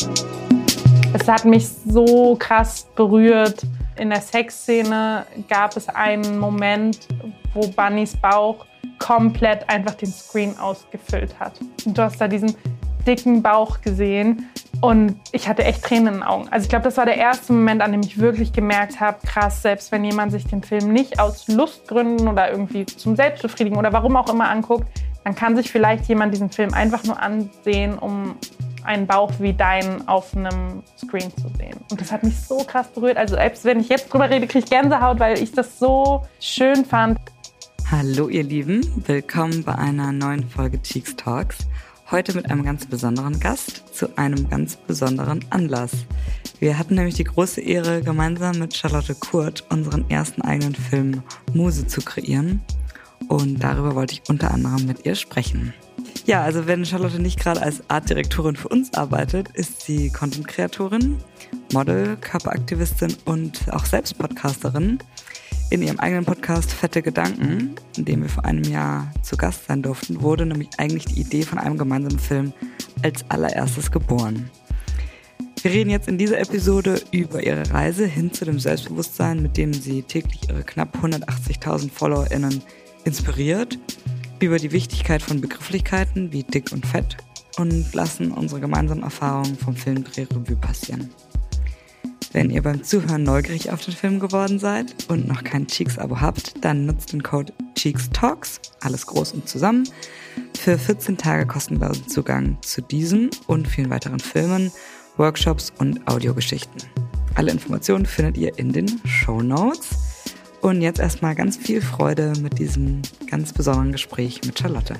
Es hat mich so krass berührt. In der Sexszene gab es einen Moment, wo Bunnys Bauch komplett einfach den Screen ausgefüllt hat. Und du hast da diesen dicken Bauch gesehen und ich hatte echt Tränen in den Augen. Also ich glaube, das war der erste Moment, an dem ich wirklich gemerkt habe, krass, selbst wenn jemand sich den Film nicht aus Lustgründen oder irgendwie zum Selbstbefriedigen oder warum auch immer anguckt, dann kann sich vielleicht jemand diesen Film einfach nur ansehen, um einen Bauch wie deinen auf einem Screen zu sehen. Und das hat mich so krass berührt. Also selbst wenn ich jetzt drüber rede, kriege ich Gänsehaut, weil ich das so schön fand. Hallo ihr Lieben, willkommen bei einer neuen Folge Cheeks Talks. Heute mit einem ganz besonderen Gast zu einem ganz besonderen Anlass. Wir hatten nämlich die große Ehre, gemeinsam mit Charlotte Kurt unseren ersten eigenen Film Muse zu kreieren. Und darüber wollte ich unter anderem mit ihr sprechen. Ja, also wenn Charlotte nicht gerade als Artdirektorin für uns arbeitet, ist sie Content-Kreatorin, Model, Körperaktivistin und auch selbst Podcasterin. In ihrem eigenen Podcast Fette Gedanken, in dem wir vor einem Jahr zu Gast sein durften, wurde nämlich eigentlich die Idee von einem gemeinsamen Film als allererstes geboren. Wir reden jetzt in dieser Episode über ihre Reise hin zu dem Selbstbewusstsein, mit dem sie täglich ihre knapp 180.000 FollowerInnen inspiriert, über die Wichtigkeit von Begrifflichkeiten wie dick und fett und lassen unsere gemeinsamen Erfahrungen vom Filmdreh Revue passieren. Wenn ihr beim Zuhören neugierig auf den Film geworden seid und noch kein Cheeks-Abo habt, dann nutzt den Code CheeksTalks, alles groß und zusammen, für 14 Tage kostenlosen Zugang zu diesem und vielen weiteren Filmen, Workshops und Audiogeschichten. Alle Informationen findet ihr in den Shownotes. Und jetzt erstmal ganz viel Freude mit diesem ganz besonderen Gespräch mit Charlotte.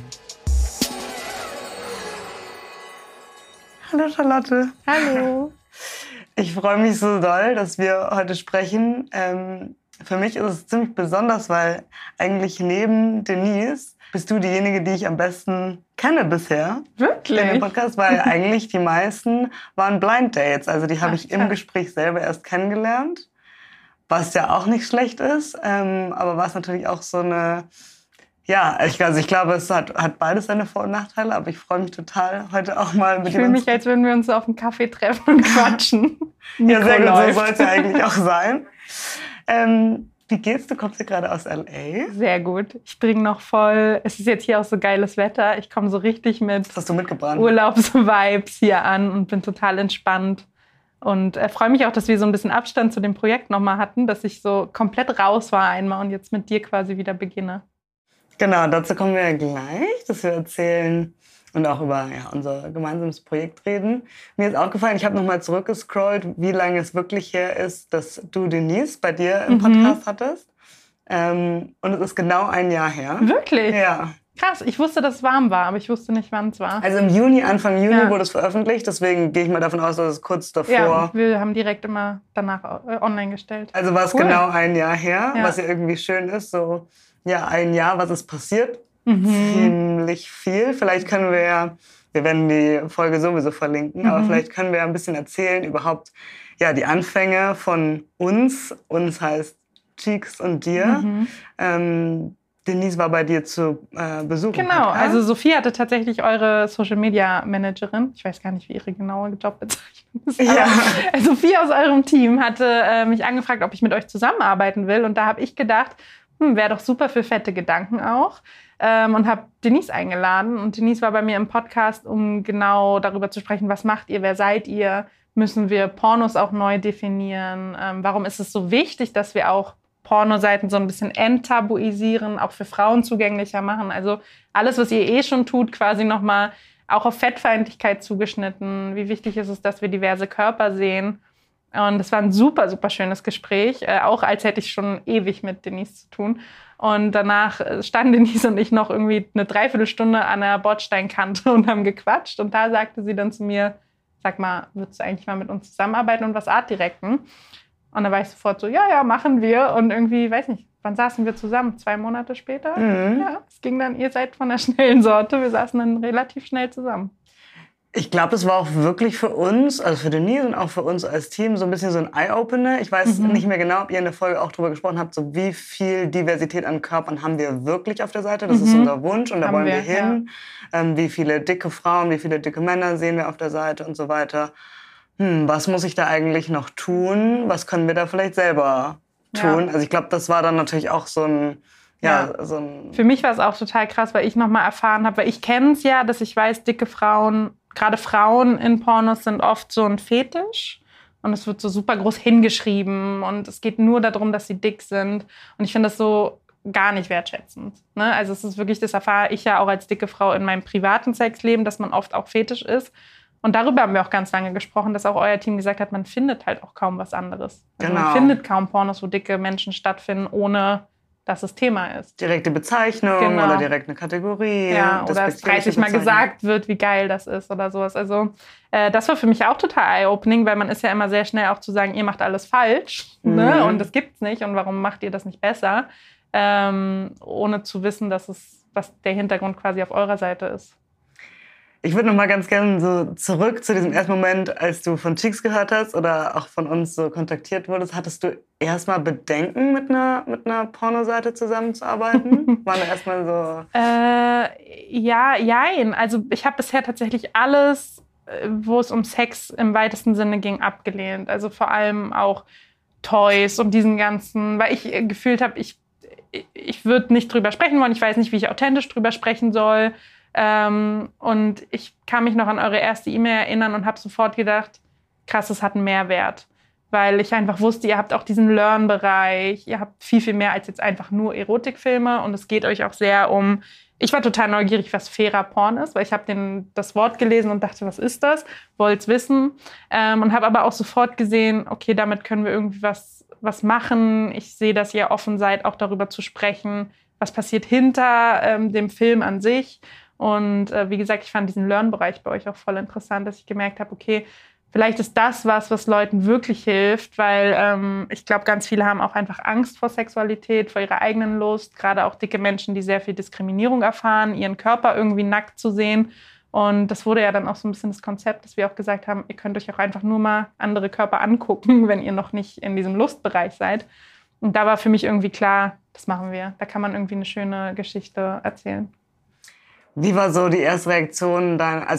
Hallo Charlotte. Hallo. Ich freue mich so doll, dass wir heute sprechen. Für mich ist es ziemlich besonders, weil eigentlich neben Denise bist du diejenige, die ich am besten kenne bisher. Wirklich? In dem Podcast, weil eigentlich die meisten waren Blind Dates. Also die habe ich im Gespräch selber erst kennengelernt. Was ja auch nicht schlecht ist, aber was natürlich auch so eine, ja, ich glaube, es hat beides seine Vor- und Nachteile, aber ich freue mich total, heute auch mal mit dir. Ich fühle mich, als würden wir uns auf einen Kaffee treffen und quatschen. Ja, sehr gut, so soll es ja eigentlich auch sein. Wie geht's? Du kommst ja gerade aus L.A. Sehr gut. Ich bringe noch voll, es ist jetzt hier auch so geiles Wetter, ich komme so richtig mit Was hast du mitgebracht? Urlaubsvibes hier an und bin total entspannt. Und freue mich auch, dass wir so ein bisschen Abstand zu dem Projekt nochmal hatten, dass ich so komplett raus war einmal und jetzt mit dir quasi wieder beginne. Genau, dazu kommen wir gleich, dass wir erzählen und auch über unser gemeinsames Projekt reden. Mir ist aufgefallen, ich habe nochmal zurückgescrollt, wie lange es wirklich her ist, dass du Denise bei dir im Podcast hattest. Und es ist genau ein Jahr her. Wirklich? Ja. Krass, ich wusste, dass es warm war, aber ich wusste nicht, wann es war. Also im Juni, Anfang Juni wurde es veröffentlicht, deswegen gehe ich mal davon aus, dass es kurz davor... Ja, wir haben direkt immer danach online gestellt. Also war es genau ein Jahr her, was ja irgendwie schön ist, so ein Jahr, was ist passiert, ziemlich viel. Vielleicht können wir werden die Folge sowieso verlinken, aber vielleicht können wir ein bisschen erzählen, überhaupt die Anfänge von uns heißt Cheeks und dir. Denise war bei dir zu Besuch. Genau, also Sophie hatte tatsächlich eure Social-Media-Managerin. Ich weiß gar nicht, wie ihre genaue Jobbezeichnung ist. Aber Sophie aus eurem Team hatte mich angefragt, ob ich mit euch zusammenarbeiten will. Und da habe ich gedacht, wäre doch super für Fette Gedanken auch. Und habe Denise eingeladen. Und Denise war bei mir im Podcast, um genau darüber zu sprechen, was macht ihr, wer seid ihr? Müssen wir Pornos auch neu definieren? Warum ist es so wichtig, dass wir auch Pornoseiten so ein bisschen enttabuisieren, auch für Frauen zugänglicher machen. Also alles, was ihr schon tut, quasi nochmal auch auf Fettfeindlichkeit zugeschnitten. Wie wichtig ist es, dass wir diverse Körper sehen? Und es war ein super, super schönes Gespräch, auch als hätte ich schon ewig mit Denise zu tun. Und danach standen Denise und ich noch irgendwie eine Dreiviertelstunde an der Bordsteinkante und haben gequatscht. Und da sagte sie dann zu mir, sag mal, würdest du eigentlich mal mit uns zusammenarbeiten und was artdirecten? Und dann war ich sofort so, ja, machen wir. Und irgendwie, weiß nicht, wann saßen wir zusammen? 2 Monate später? Ja, es ging dann, ihr seid von der schnellen Sorte. Wir saßen dann relativ schnell zusammen. Ich glaube, das war auch wirklich für uns, also für Denise und auch für uns als Team, so ein bisschen so ein Eye-Opener. Ich weiß nicht mehr genau, ob ihr in der Folge auch darüber gesprochen habt, so wie viel Diversität an Körpern haben wir wirklich auf der Seite. Das ist unser Wunsch und da wollen wir hin. Ja. Wie viele dicke Frauen, wie viele dicke Männer sehen wir auf der Seite und so weiter. was muss ich da eigentlich noch tun? Was können wir da vielleicht selber tun? Also ich glaube, das war dann natürlich auch so ein... Für mich war es auch total krass, weil ich nochmal erfahren habe, weil ich kenne es ja, dass ich weiß, dicke Frauen, gerade Frauen in Pornos sind oft so ein Fetisch. Und es wird so super groß hingeschrieben und es geht nur darum, dass sie dick sind. Und ich finde das so gar nicht wertschätzend. Ne? Also es ist wirklich, das erfahre ich ja auch als dicke Frau in meinem privaten Sexleben, dass man oft auch Fetisch ist. Und darüber haben wir auch ganz lange gesprochen, dass auch euer Team gesagt hat, man findet halt auch kaum was anderes. Also man findet kaum Pornos, wo dicke Menschen stattfinden, ohne dass es Thema ist. Direkte Bezeichnung oder direkt eine Kategorie. Ja, oder es 30 Mal gesagt wird, wie geil das ist oder sowas. Also das war für mich auch total eye-opening, weil man ist ja immer sehr schnell auch zu sagen, ihr macht alles falsch, ne? Und das gibt's nicht und warum macht ihr das nicht besser? Ohne zu wissen, was der Hintergrund quasi auf eurer Seite ist. Ich würde noch mal ganz gerne so zurück zu diesem ersten Moment, als du von Cheeks gehört hast oder auch von uns so kontaktiert wurdest. Hattest du erstmal Bedenken, mit einer Pornoseite zusammenzuarbeiten? War da erstmal so... Ja, jein. Also ich habe bisher tatsächlich alles, wo es um Sex im weitesten Sinne ging, abgelehnt. Also vor allem auch Toys und diesen ganzen, weil ich gefühlt habe, ich würde nicht drüber sprechen wollen. Ich weiß nicht, wie ich authentisch drüber sprechen soll. Und ich kann mich noch an eure erste E-Mail erinnern und habe sofort gedacht, krass, das hat einen Mehrwert. Weil ich einfach wusste, ihr habt auch diesen Learn-Bereich, ihr habt viel, viel mehr als jetzt einfach nur Erotikfilme und es geht euch auch sehr um, ich war total neugierig, was fairer Porn ist, weil ich habe das Wort gelesen und dachte, was ist das? Wollte es wissen und habe aber auch sofort gesehen, okay, damit können wir irgendwie was machen. Ich sehe, dass ihr offen seid, auch darüber zu sprechen, was passiert hinter dem Film an sich. Und wie gesagt, ich fand diesen Learn-Bereich bei euch auch voll interessant, dass ich gemerkt habe, okay, vielleicht ist das was Leuten wirklich hilft, weil ich glaube, ganz viele haben auch einfach Angst vor Sexualität, vor ihrer eigenen Lust. Gerade auch dicke Menschen, die sehr viel Diskriminierung erfahren, ihren Körper irgendwie nackt zu sehen. Und das wurde ja dann auch so ein bisschen das Konzept, dass wir auch gesagt haben, ihr könnt euch auch einfach nur mal andere Körper angucken, wenn ihr noch nicht in diesem Lustbereich seid. Und da war für mich irgendwie klar, das machen wir. Da kann man irgendwie eine schöne Geschichte erzählen. Wie war so die erste Reaktion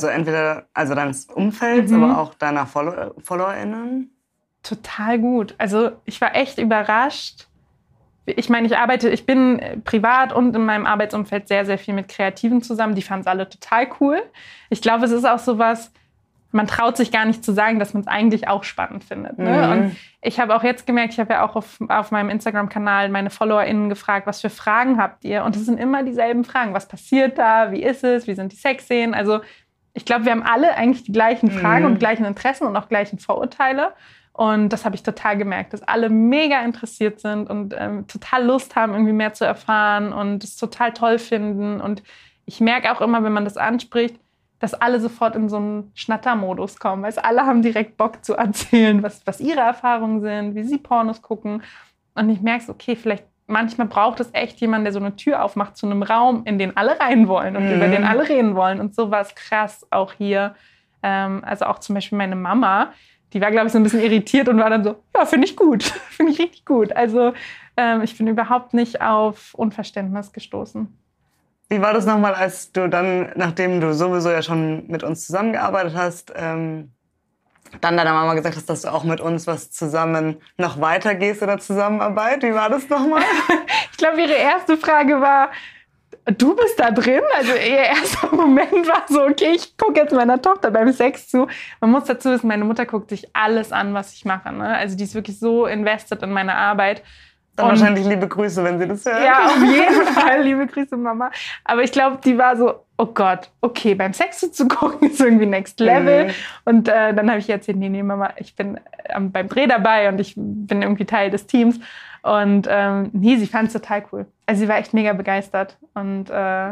deines Umfelds, aber auch deiner FollowerInnen? Total gut. Also ich war echt überrascht. Ich meine, ich bin privat und in meinem Arbeitsumfeld sehr, sehr viel mit Kreativen zusammen. Die fanden es alle total cool. Ich glaube, es ist auch sowas, man traut sich gar nicht zu sagen, dass man es eigentlich auch spannend findet. Ne? Und ich habe auch jetzt gemerkt, ich habe ja auch auf meinem Instagram-Kanal meine FollowerInnen gefragt, was für Fragen habt ihr? Und es sind immer dieselben Fragen. Was passiert da? Wie ist es? Wie sind die Sexszenen? Also ich glaube, wir haben alle eigentlich die gleichen Fragen und gleichen Interessen und auch gleichen Vorurteile. Und das habe ich total gemerkt, dass alle mega interessiert sind und total Lust haben, irgendwie mehr zu erfahren und es total toll finden. Und ich merke auch immer, wenn man das anspricht, dass alle sofort in so einen Schnattermodus kommen. Weil alle haben direkt Bock zu erzählen, was ihre Erfahrungen sind, wie sie Pornos gucken. Und ich merke, okay, vielleicht manchmal braucht es echt jemanden, der so eine Tür aufmacht zu einem Raum, in den alle rein wollen und über den alle reden wollen. Und so war es krass auch hier. Also auch zum Beispiel meine Mama, die war, glaube ich, so ein bisschen irritiert und war dann so, ja, finde ich gut, finde ich richtig gut. Also ich bin überhaupt nicht auf Unverständnis gestoßen. Wie war das nochmal, als du dann, nachdem du sowieso ja schon mit uns zusammengearbeitet hast, dann deiner Mama gesagt hast, dass du auch mit uns was zusammen noch weitergehst oder Zusammenarbeit? Wie war das nochmal? Ich glaube, ihre erste Frage war, du bist da drin? Also ihr erster Moment war so, okay, ich gucke jetzt meiner Tochter beim Sex zu. Man muss dazu wissen, meine Mutter guckt sich alles an, was ich mache. Ne? Also die ist wirklich so invested in meine Arbeit. Dann wahrscheinlich liebe Grüße, wenn sie das hört. Ja, auf jeden Fall. Liebe Grüße, Mama. Aber ich glaube, die war so, oh Gott, okay, beim Sex zu gucken ist irgendwie next level. Und dann habe ich erzählt, nee, Mama, ich bin beim Dreh dabei und ich bin irgendwie Teil des Teams. Und sie fand es total cool. Also sie war echt mega begeistert und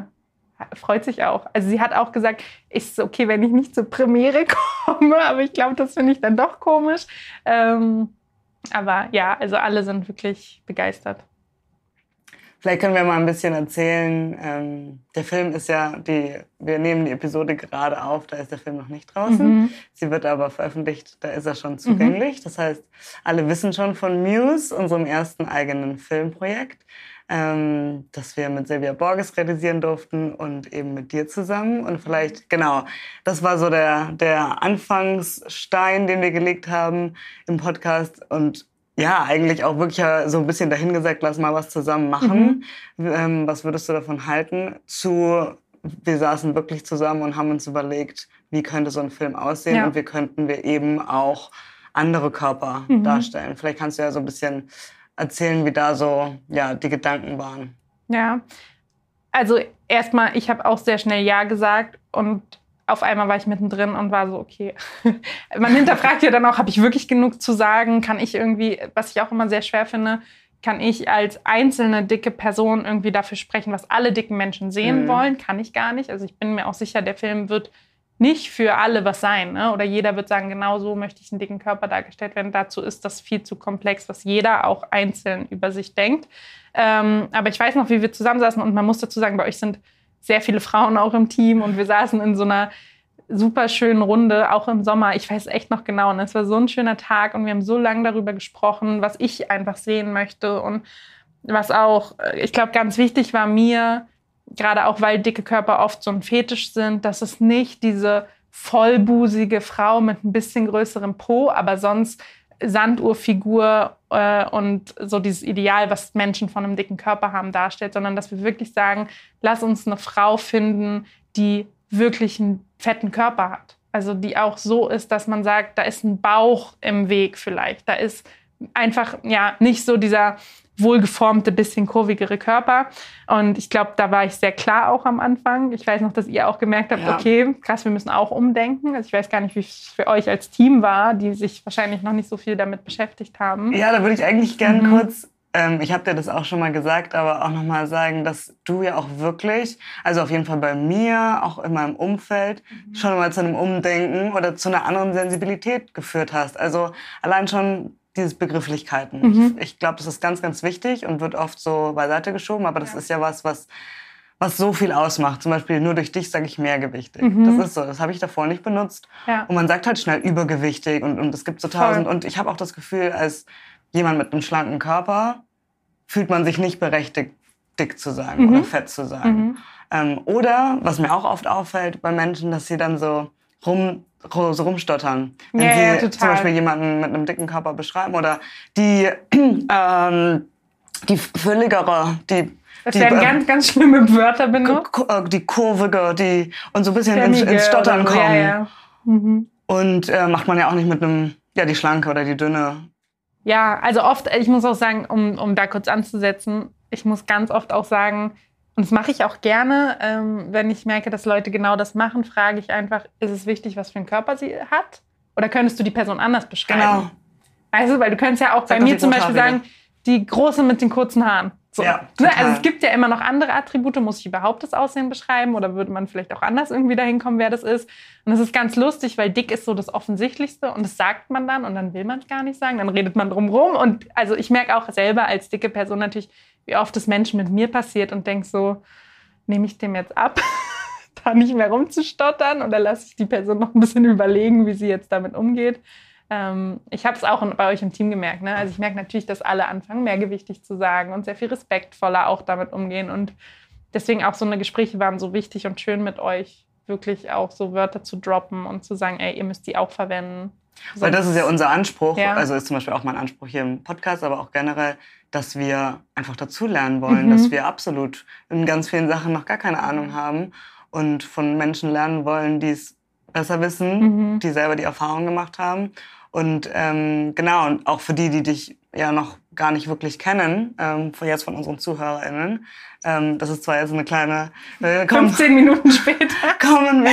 freut sich auch. Also sie hat auch gesagt, ist okay, wenn ich nicht zur Premiere komme, aber ich glaube, das finde ich dann doch komisch. Aber ja, also alle sind wirklich begeistert. Vielleicht können wir mal ein bisschen erzählen. Der Film ist ja, wir nehmen die Episode gerade auf, da ist der Film noch nicht draußen. Sie wird aber veröffentlicht, da ist er schon zugänglich. Das heißt, alle wissen schon von Muse, unserem ersten eigenen Filmprojekt. dass wir mit Silvia Borges realisieren durften und eben mit dir zusammen. Und vielleicht, genau, das war so der Anfangsstein, den wir gelegt haben im Podcast. Und ja, eigentlich auch wirklich so ein bisschen dahingesagt, lass mal was zusammen machen. Was würdest du davon halten? Wir saßen wirklich zusammen und haben uns überlegt, wie könnte so ein Film aussehen und wie könnten wir eben auch andere Körper darstellen. Vielleicht kannst du ja so ein bisschen erzählen, wie da so die Gedanken waren. Ja, also erstmal, ich habe auch sehr schnell Ja gesagt und auf einmal war ich mittendrin und war so, okay. Man hinterfragt ja dann auch, habe ich wirklich genug zu sagen? Kann ich irgendwie, was ich auch immer sehr schwer finde, kann ich als einzelne dicke Person irgendwie dafür sprechen, was alle dicken Menschen sehen wollen? Kann ich gar nicht. Also ich bin mir auch sicher, der Film wird nicht für alle was sein. Ne? Oder jeder wird sagen, genau so möchte ich einen dicken Körper dargestellt werden. Dazu ist das viel zu komplex, was jeder auch einzeln über sich denkt. Aber ich weiß noch, wie wir zusammensaßen. Und man muss dazu sagen, bei euch sind sehr viele Frauen auch im Team. Und wir saßen in so einer super schönen Runde, auch im Sommer. Ich weiß echt noch genau. Und es war so ein schöner Tag. Und wir haben so lange darüber gesprochen, was ich einfach sehen möchte. Und was auch, ich glaube, ganz wichtig war mir, gerade auch, weil dicke Körper oft so ein Fetisch sind, dass es nicht diese vollbusige Frau mit ein bisschen größerem Po, aber sonst Sanduhrfigur und so dieses Ideal, was Menschen von einem dicken Körper haben, darstellt, sondern dass wir wirklich sagen, lass uns eine Frau finden, die wirklich einen fetten Körper hat. Also die auch so ist, dass man sagt, da ist ein Bauch im Weg vielleicht. Da ist einfach nicht so dieser wohlgeformte, bisschen kurvigere Körper. Und ich glaube, da war ich sehr klar auch am Anfang. Ich weiß noch, dass ihr auch gemerkt habt, okay, krass, wir müssen auch umdenken. Also ich weiß gar nicht, wie es für euch als Team war, die sich wahrscheinlich noch nicht so viel damit beschäftigt haben. Ja, da würde ich eigentlich gerne kurz, ich habe dir das auch schon mal gesagt, aber auch noch mal sagen, dass du ja auch wirklich, also auf jeden Fall bei mir, auch in meinem Umfeld, schon mal zu einem Umdenken oder zu einer anderen Sensibilität geführt hast. Also allein schon diese Begrifflichkeiten. Ich glaube, das ist ganz, ganz wichtig und wird oft so beiseite geschoben, aber das ist ja was so viel ausmacht. Zum Beispiel nur durch dich sage ich mehrgewichtig. Das ist so, das habe ich davor nicht benutzt. Ja. Und man sagt halt schnell übergewichtig und es gibt so 1000. Und ich habe auch das Gefühl, als jemand mit einem schlanken Körper fühlt man sich nicht berechtigt, dick zu sagen oder fett zu sagen. Oder, was mir auch oft auffällt bei Menschen, dass sie dann so rumstottern. Wenn sie zum Beispiel jemanden mit einem dicken Körper beschreiben oder die fülligere, das werden ganz, ganz schlimme Wörter benutzt. Die kurvige, und so ein bisschen ins Stottern kommen. Ja. Und macht man ja auch nicht mit einem, die schlanke oder die dünne. Ja, also oft, ich muss auch sagen, um da kurz anzusetzen, ich muss ganz oft auch sagen, und das mache ich auch gerne, wenn ich merke, dass Leute genau das machen, frage ich einfach, ist es wichtig, was für einen Körper sie hat? Oder könntest du die Person anders beschreiben? Genau. Also, weil du könntest ja auch bei mir zum Beispiel sagen, die Große mit den kurzen Haaren. So. Ja, also es gibt ja immer noch andere Attribute. Muss ich überhaupt das Aussehen beschreiben? Oder würde man vielleicht auch anders irgendwie dahin kommen, wer das ist? Und das ist ganz lustig, weil dick ist so das Offensichtlichste. Und das sagt man dann und dann will man es gar nicht sagen. Dann redet man drum rum. Und also ich merke auch selber als dicke Person natürlich, wie oft das Menschen mit mir passiert und denke so, nehme ich dem jetzt ab, da nicht mehr rumzustottern? Oder lasse ich die Person noch ein bisschen überlegen, wie sie jetzt damit umgeht? Ich habe es auch bei euch im Team gemerkt. Ne? Also ich merke natürlich, dass alle anfangen, mehrgewichtig zu sagen und sehr viel respektvoller auch damit umgehen. Und deswegen auch so eine Gespräche waren so wichtig und schön mit euch, wirklich auch so Wörter zu droppen und zu sagen, ey, ihr müsst die auch verwenden. Weil das ist ja unser Anspruch, also ist zum Beispiel auch mein Anspruch hier im Podcast, aber auch generell, dass wir einfach dazulernen wollen, dass wir absolut in ganz vielen Sachen noch gar keine Ahnung haben und von Menschen lernen wollen, die es besser wissen, die selber die Erfahrung gemacht haben. Und genau, und auch für die dich ja noch gar nicht wirklich kennen, jetzt von unseren ZuhörerInnen. Das ist zwar jetzt eine kleine... 15 Minuten später. Kommen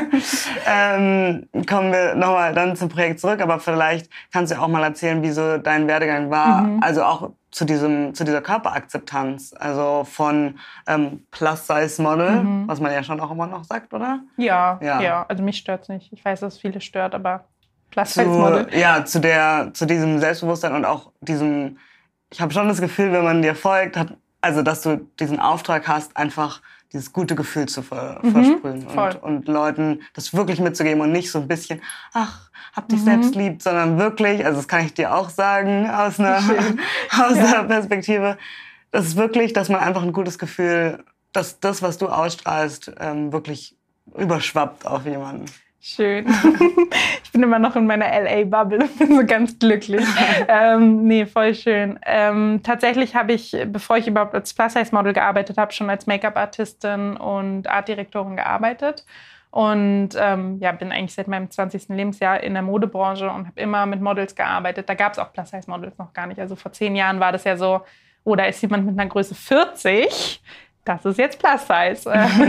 wir nochmal dann zum Projekt zurück, aber vielleicht kannst du auch mal erzählen, wie so dein Werdegang war, also auch zu dieser Körperakzeptanz, also von Plus-Size-Model, was man ja schon auch immer noch sagt, oder? Ja, also mich stört's nicht. Ich weiß, dass es viele stört, aber Plus-Size-Model. Zu diesem Selbstbewusstsein und auch diesem, ich habe schon das Gefühl, wenn man dir folgt, also dass du diesen Auftrag hast, einfach dieses gute Gefühl zu versprühen und Leuten das wirklich mitzugeben und nicht so ein bisschen, ach, hab dich selbst lieb, sondern wirklich, also das kann ich dir auch sagen aus einer Perspektive, das ist wirklich, dass man einfach ein gutes Gefühl, dass das, was du ausstrahlst, wirklich überschwappt auf jemanden. Schön. Ich bin immer noch in meiner LA-Bubble und bin so ganz glücklich. Nee, voll schön. Tatsächlich habe ich, bevor ich überhaupt als Plus-Size-Model gearbeitet habe, schon als Make-up-Artistin und Artdirektorin gearbeitet. Und bin eigentlich seit meinem 20. Lebensjahr in der Modebranche und habe immer mit Models gearbeitet. Da gab es auch Plus-Size-Models noch gar nicht. Also vor 10 Jahren war das ja so, oh, da ist jemand mit einer Größe 40, das ist jetzt Plus-Size.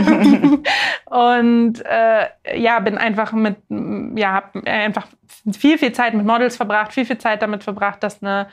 Und bin einfach habe einfach viel Zeit mit Models verbracht, viel Zeit damit verbracht, dass eine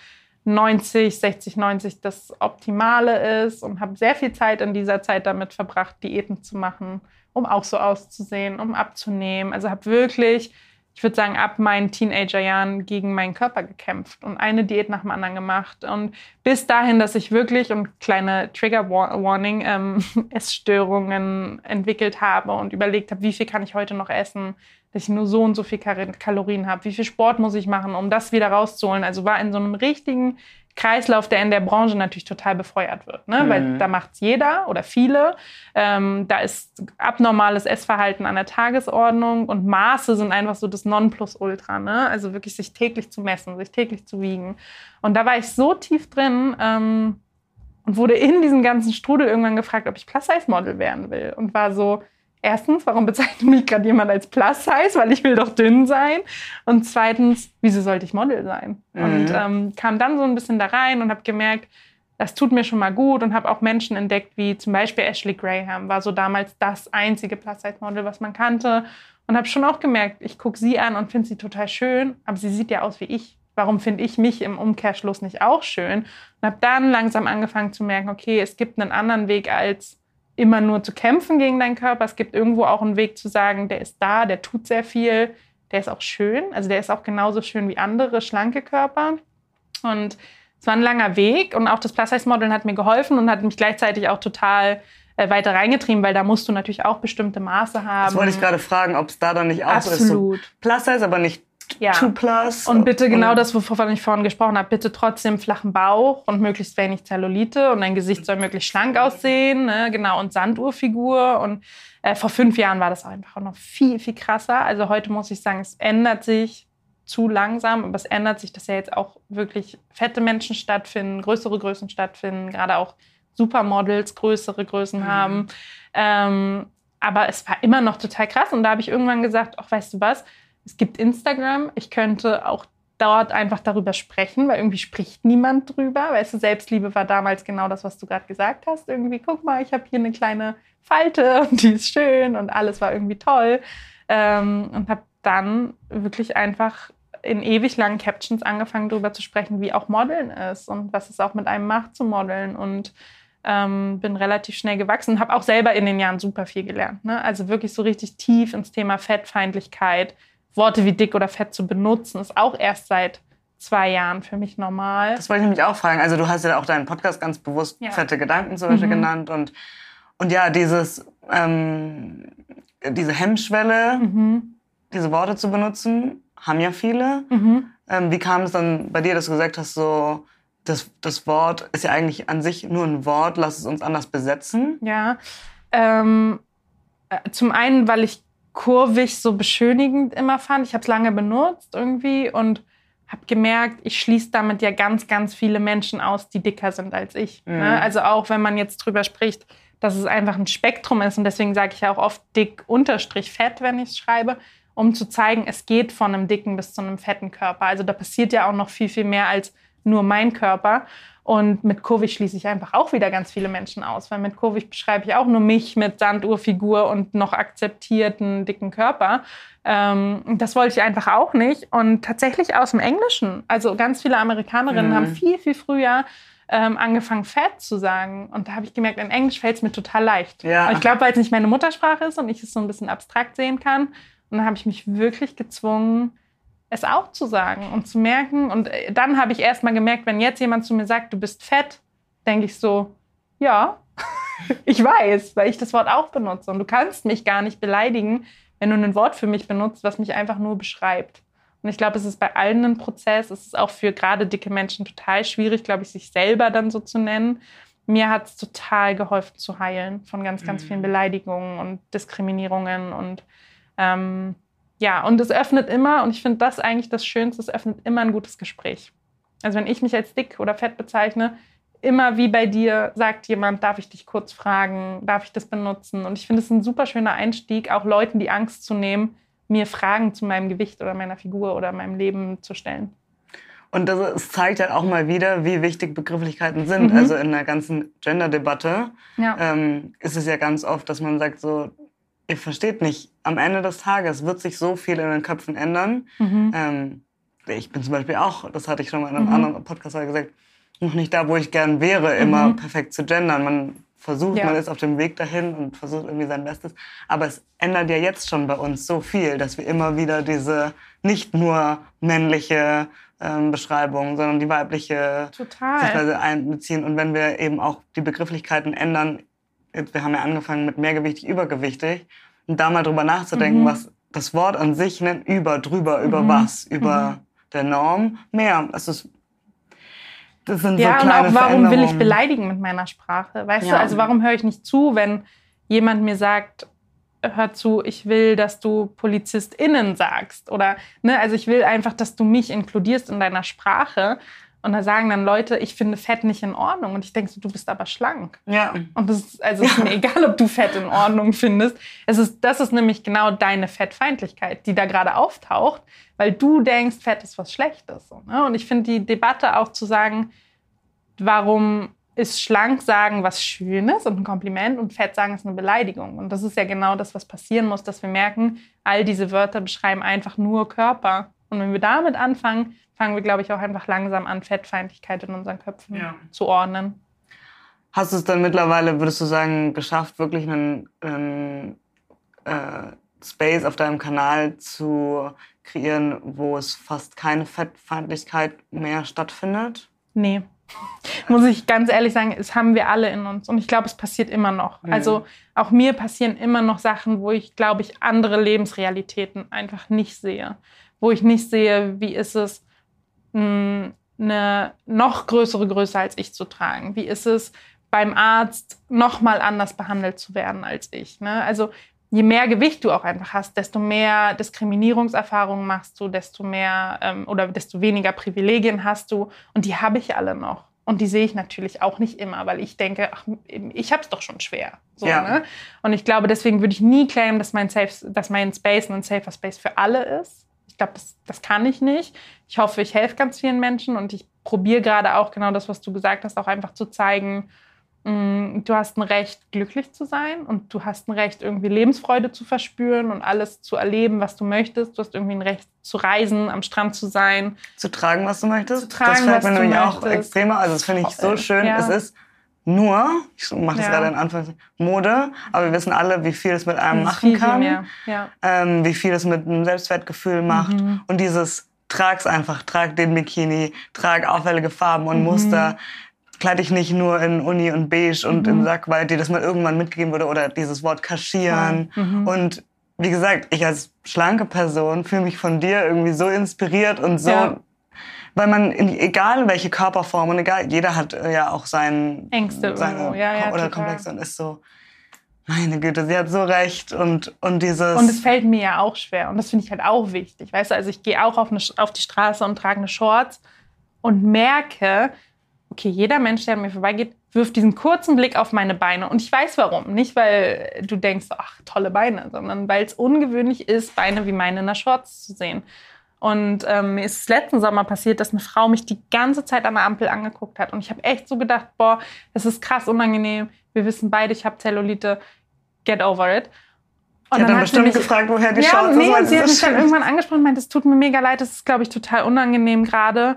90, 60, 90 das Optimale ist und habe sehr viel Zeit in dieser Zeit damit verbracht, Diäten zu machen, um auch so auszusehen, um abzunehmen. Also habe wirklich, ich würde sagen, ab meinen Teenagerjahren gegen meinen Körper gekämpft und eine Diät nach dem anderen gemacht. Und bis dahin, dass ich wirklich, und kleine Trigger-Warning, Essstörungen entwickelt habe und überlegt habe, wie viel kann ich heute noch essen, dass ich nur so und so viel Kalorien habe, wie viel Sport muss ich machen, um das wieder rauszuholen. Also war in so einem richtigen Kreislauf, der in der Branche natürlich total befeuert wird, ne? Weil da macht's jeder oder viele. Da ist abnormales Essverhalten an der Tagesordnung und Maße sind einfach so das Nonplusultra, ne? Also wirklich sich täglich zu messen, sich täglich zu wiegen. Und da war ich so tief drin und wurde in diesem ganzen Strudel irgendwann gefragt, ob ich Plus-Size-Model werden will. Und war so, erstens, warum bezeichnet mich gerade jemand als Plus-Size? Weil ich will doch dünn sein. Und zweitens, wieso sollte ich Model sein? Und kam dann so ein bisschen da rein und habe gemerkt, das tut mir schon mal gut. Und habe auch Menschen entdeckt, wie zum Beispiel Ashley Graham, war so damals das einzige Plus-Size-Model, was man kannte. Und habe schon auch gemerkt, ich gucke sie an und finde sie total schön, aber sie sieht ja aus wie ich. Warum finde ich mich im Umkehrschluss nicht auch schön? Und habe dann langsam angefangen zu merken, okay, es gibt einen anderen Weg als immer nur zu kämpfen gegen deinen Körper. Es gibt irgendwo auch einen Weg zu sagen, der ist da, der tut sehr viel, der ist auch schön. Also der ist auch genauso schön wie andere schlanke Körper. Und es war ein langer Weg und auch das Plus-Size-Modeln hat mir geholfen und hat mich gleichzeitig auch total weiter reingetrieben, weil da musst du natürlich auch bestimmte Maße haben. Das wollte ich gerade fragen, ob es da dann nicht auch so ist. So Plus-Size, aber nicht 2+. Und bitte genau das, wovon ich vorhin gesprochen habe, bitte trotzdem flachen Bauch und möglichst wenig Zellulite und dein Gesicht soll möglichst schlank aussehen, ne? Genau, und Sanduhrfigur. Und vor 5 Jahren war das auch einfach noch viel krasser. Also heute muss ich sagen, es ändert sich zu langsam, aber es ändert sich, dass ja jetzt auch wirklich fette Menschen stattfinden, größere Größen stattfinden, gerade auch Supermodels größere Größen haben. Aber es war immer noch total krass und da habe ich irgendwann gesagt, ach, weißt du was, es gibt Instagram, ich könnte auch dort einfach darüber sprechen, weil irgendwie spricht niemand drüber. Weißt du, Selbstliebe war damals genau das, was du gerade gesagt hast. Irgendwie, guck mal, ich habe hier eine kleine Falte und die ist schön und alles war irgendwie toll. Und habe dann wirklich einfach in ewig langen Captions angefangen, darüber zu sprechen, wie auch Modeln ist und was es auch mit einem macht zu modeln. Und bin relativ schnell gewachsen und habe auch selber in den Jahren super viel gelernt. Ne? Also wirklich so richtig tief ins Thema Fettfeindlichkeit, Worte wie dick oder fett zu benutzen, ist auch erst seit 2 Jahren für mich normal. Das wollte ich nämlich auch fragen. Also du hast ja auch deinen Podcast ganz bewusst fette Gedanken zum Beispiel genannt. Und ja, diese Hemmschwelle, diese Worte zu benutzen, haben ja viele. Wie kam es dann bei dir, dass du gesagt hast, so das Wort ist ja eigentlich an sich nur ein Wort, lass es uns anders besetzen? Ja, zum einen, weil ich kurvig so beschönigend immer fand. Ich habe es lange benutzt irgendwie und habe gemerkt, ich schließe damit ja ganz viele Menschen aus, die dicker sind als ich. Ne? Also auch wenn man jetzt drüber spricht, dass es einfach ein Spektrum ist und deswegen sage ich ja auch oft dick-fett, wenn ich es schreibe, um zu zeigen, es geht von einem dicken bis zu einem fetten Körper. Also da passiert ja auch noch viel mehr als nur mein Körper. Und mit kurvig schließe ich einfach auch wieder ganz viele Menschen aus, weil mit kurvig beschreibe ich auch nur mich mit Sanduhrfigur und noch akzeptierten dicken Körper. Das wollte ich einfach auch nicht. Und tatsächlich aus dem Englischen. Also ganz viele Amerikanerinnen haben viel früher angefangen, fett zu sagen. Und da habe ich gemerkt, in Englisch fällt es mir total leicht. Ja. Und ich glaube, weil es nicht meine Muttersprache ist und ich es so ein bisschen abstrakt sehen kann. Und dann habe ich mich wirklich gezwungen, es auch zu sagen und zu merken. Und dann habe ich erst mal gemerkt, wenn jetzt jemand zu mir sagt, du bist fett, denke ich so, ja, ich weiß, weil ich das Wort auch benutze. Und du kannst mich gar nicht beleidigen, wenn du ein Wort für mich benutzt, was mich einfach nur beschreibt. Und ich glaube, es ist bei allen ein Prozess. Es ist auch für gerade dicke Menschen total schwierig, glaube ich, sich selber dann so zu nennen. mir hat es total geholfen zu heilen von ganz, ganz vielen Beleidigungen und Diskriminierungen. Und und es öffnet immer, und ich finde das eigentlich das Schönste, es öffnet immer ein gutes Gespräch. Also wenn ich mich als dick oder fett bezeichne, immer wie bei dir sagt jemand, darf ich dich kurz fragen, darf ich das benutzen? Und ich finde es ein super schöner Einstieg, auch Leuten die Angst zu nehmen, mir Fragen zu meinem Gewicht oder meiner Figur oder meinem Leben zu stellen. Und es zeigt halt auch mal wieder, wie wichtig Begrifflichkeiten sind. Also in der ganzen Gender-Debatte ist es ja ganz oft, dass man sagt so, ihr versteht nicht, am Ende des Tages wird sich so viel in den Köpfen ändern. Ich bin zum Beispiel auch, das hatte ich schon mal in einem anderen Podcast gesagt, noch nicht da, wo ich gern wäre, immer perfekt zu gendern. Man versucht, man ist auf dem Weg dahin und versucht irgendwie sein Bestes. Aber es ändert ja jetzt schon bei uns so viel, dass wir immer wieder diese nicht nur männliche Beschreibung, sondern die weibliche Sichtweise einbeziehen. Und wenn wir eben auch die Begrifflichkeiten ändern, wir haben ja angefangen mit mehrgewichtig, übergewichtig, und da mal drüber nachzudenken, was das Wort an sich nennt, drüber, über was, über der Norm, mehr. Das sind so kleine und auch warum will ich Veränderungen. Beleidigen mit meiner Sprache? Weißt du, also warum höre ich nicht zu, wenn jemand mir sagt, hör zu, ich will, dass du PolizistInnen sagst. Oder, also ich will einfach, dass du mich inkludierst in deiner Sprache. Und da sagen dann Leute, ich finde Fett nicht in Ordnung. Und ich denke so, du bist aber schlank. Ja. Und das ist mir egal, ob du Fett in Ordnung findest. Das ist nämlich genau deine Fettfeindlichkeit, die da gerade auftaucht, weil du denkst, Fett ist was Schlechtes. Und ich finde die Debatte auch zu sagen, warum ist schlank sagen was Schönes und ein Kompliment und Fett sagen ist eine Beleidigung. Und das ist ja genau das, was passieren muss, dass wir merken, all diese Wörter beschreiben einfach nur Körper. Und wenn wir damit anfangen, fangen wir, glaube ich, auch einfach langsam an, Fettfeindlichkeit in unseren Köpfen zu ordnen. Hast du es dann mittlerweile, würdest du sagen, geschafft, wirklich einen Space auf deinem Kanal zu kreieren, wo es fast keine Fettfeindlichkeit mehr stattfindet? Nee. Muss ich ganz ehrlich sagen, das haben wir alle in uns. Und ich glaube, es passiert immer noch. Also auch mir passieren immer noch Sachen, wo ich, glaube ich, andere Lebensrealitäten einfach nicht sehe. Wo ich nicht sehe, wie ist es, eine noch größere Größe als ich zu tragen? Wie ist es, beim Arzt noch mal anders behandelt zu werden als ich? Also je mehr Gewicht du auch einfach hast, desto mehr Diskriminierungserfahrungen machst du, desto mehr oder desto weniger Privilegien hast du. Und die habe ich alle noch. Und die sehe ich natürlich auch nicht immer, weil ich denke, ach, ich habe es doch schon schwer. So, Und ich glaube, deswegen würde ich nie claimen, dass mein Space ein safer Space für alle ist. Ich glaube, das kann ich nicht. Ich hoffe, ich helfe ganz vielen Menschen und ich probiere gerade auch genau das, was du gesagt hast, auch einfach zu zeigen, du hast ein Recht, glücklich zu sein und du hast ein Recht, irgendwie Lebensfreude zu verspüren und alles zu erleben, was du möchtest. Du hast irgendwie ein Recht, zu reisen, am Strand zu sein. Zu tragen, was du möchtest. Zu tragen, das fällt was mir du nämlich möchtest. auch extremer. Also das finde ich so schön. Es ist nur, ich mache das gerade in Anführungszeichen, Mode, aber wir wissen alle, wie viel es mit einem machen kann. Wie viel es mit einem Selbstwertgefühl macht. Und dieses, trag's einfach, trag den Bikini, trag auffällige Farben und Muster. Kleid dich nicht nur in Uni und Beige und in Sack, weil dir das mal irgendwann mitgegeben wurde. Oder dieses Wort kaschieren. Und wie gesagt, ich als schlanke Person fühle mich von dir irgendwie so inspiriert und so... Weil man, egal welche Körperform, und egal, jeder hat ja auch seine oder Komplexe und ist so, meine Güte, sie hat so recht und dieses... Und es fällt mir ja auch schwer und das finde ich halt auch wichtig, weißt du, also ich gehe auch auf die Straße und trage eine Shorts und merke, okay, jeder Mensch, der an mir vorbeigeht, wirft diesen kurzen Blick auf meine Beine und ich weiß warum, nicht weil du denkst, ach, tolle Beine, sondern weil es ungewöhnlich ist, Beine wie meine in einer Shorts zu sehen. Und mir ist es letzten Sommer passiert, dass eine Frau mich die ganze Zeit an der Ampel angeguckt hat. Und ich habe echt so gedacht, boah, das ist krass unangenehm. Wir wissen beide, ich habe Zellulite. Get over it. Und dann hat bestimmt mich gefragt, woher die Shorts ist. Und sie hat mich dann irgendwann angesprochen und meinte, es tut mir mega leid, das ist, glaube ich, total unangenehm gerade.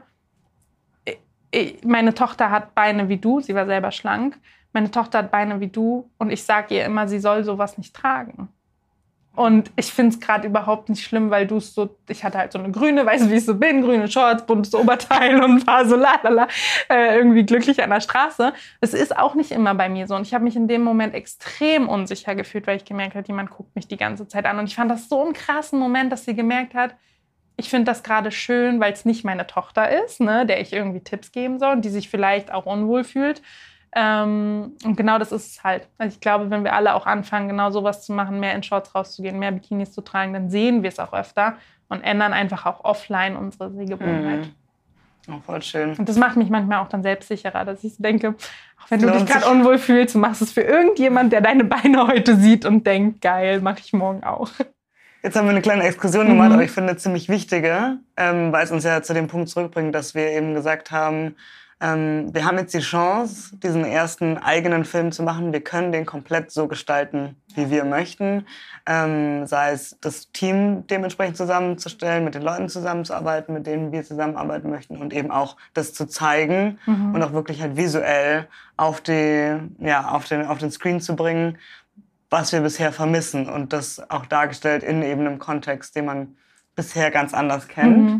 Meine Tochter hat Beine wie du, sie war selber schlank. Meine Tochter hat Beine wie du und ich sage ihr immer, sie soll sowas nicht tragen. Und ich finde es gerade überhaupt nicht schlimm, weil du es so, ich hatte halt so eine grüne, weißt du, wie ich so bin, grüne Shorts, buntes Oberteil und war so irgendwie glücklich an der Straße. Es ist auch nicht immer bei mir so. Und ich habe mich in dem Moment extrem unsicher gefühlt, weil ich gemerkt habe, jemand guckt mich die ganze Zeit an. Und ich fand das so einen krassen Moment, dass sie gemerkt hat, ich finde das gerade schön, weil es nicht meine Tochter ist, ne, der ich irgendwie Tipps geben soll und die sich vielleicht auch unwohl fühlt. Und genau das ist es halt. Also ich glaube, wenn wir alle auch anfangen, genau sowas zu machen, mehr in Shorts rauszugehen, mehr Bikinis zu tragen, dann sehen wir es auch öfter und ändern einfach auch offline unsere Sehgewohnheit. Oh, voll schön. Und das macht mich manchmal auch dann selbstsicherer, dass ich denke, auch wenn du dich gerade unwohl fühlst, du machst es für irgendjemand, der deine Beine heute sieht und denkt, geil, mache ich morgen auch. Jetzt haben wir eine kleine Exkursion gemacht, aber ich finde eine ziemlich wichtige, weil es uns ja zu dem Punkt zurückbringt, dass wir eben gesagt haben, wir haben jetzt die Chance, diesen ersten eigenen Film zu machen. Wir können den komplett so gestalten, wie wir möchten. Sei es das Team dementsprechend zusammenzustellen, mit den Leuten zusammenzuarbeiten, mit denen wir zusammenarbeiten möchten und eben auch das zu zeigen und auch wirklich halt visuell auf den Screen zu bringen, was wir bisher vermissen und das auch dargestellt in eben einem Kontext, den man bisher ganz anders kennt.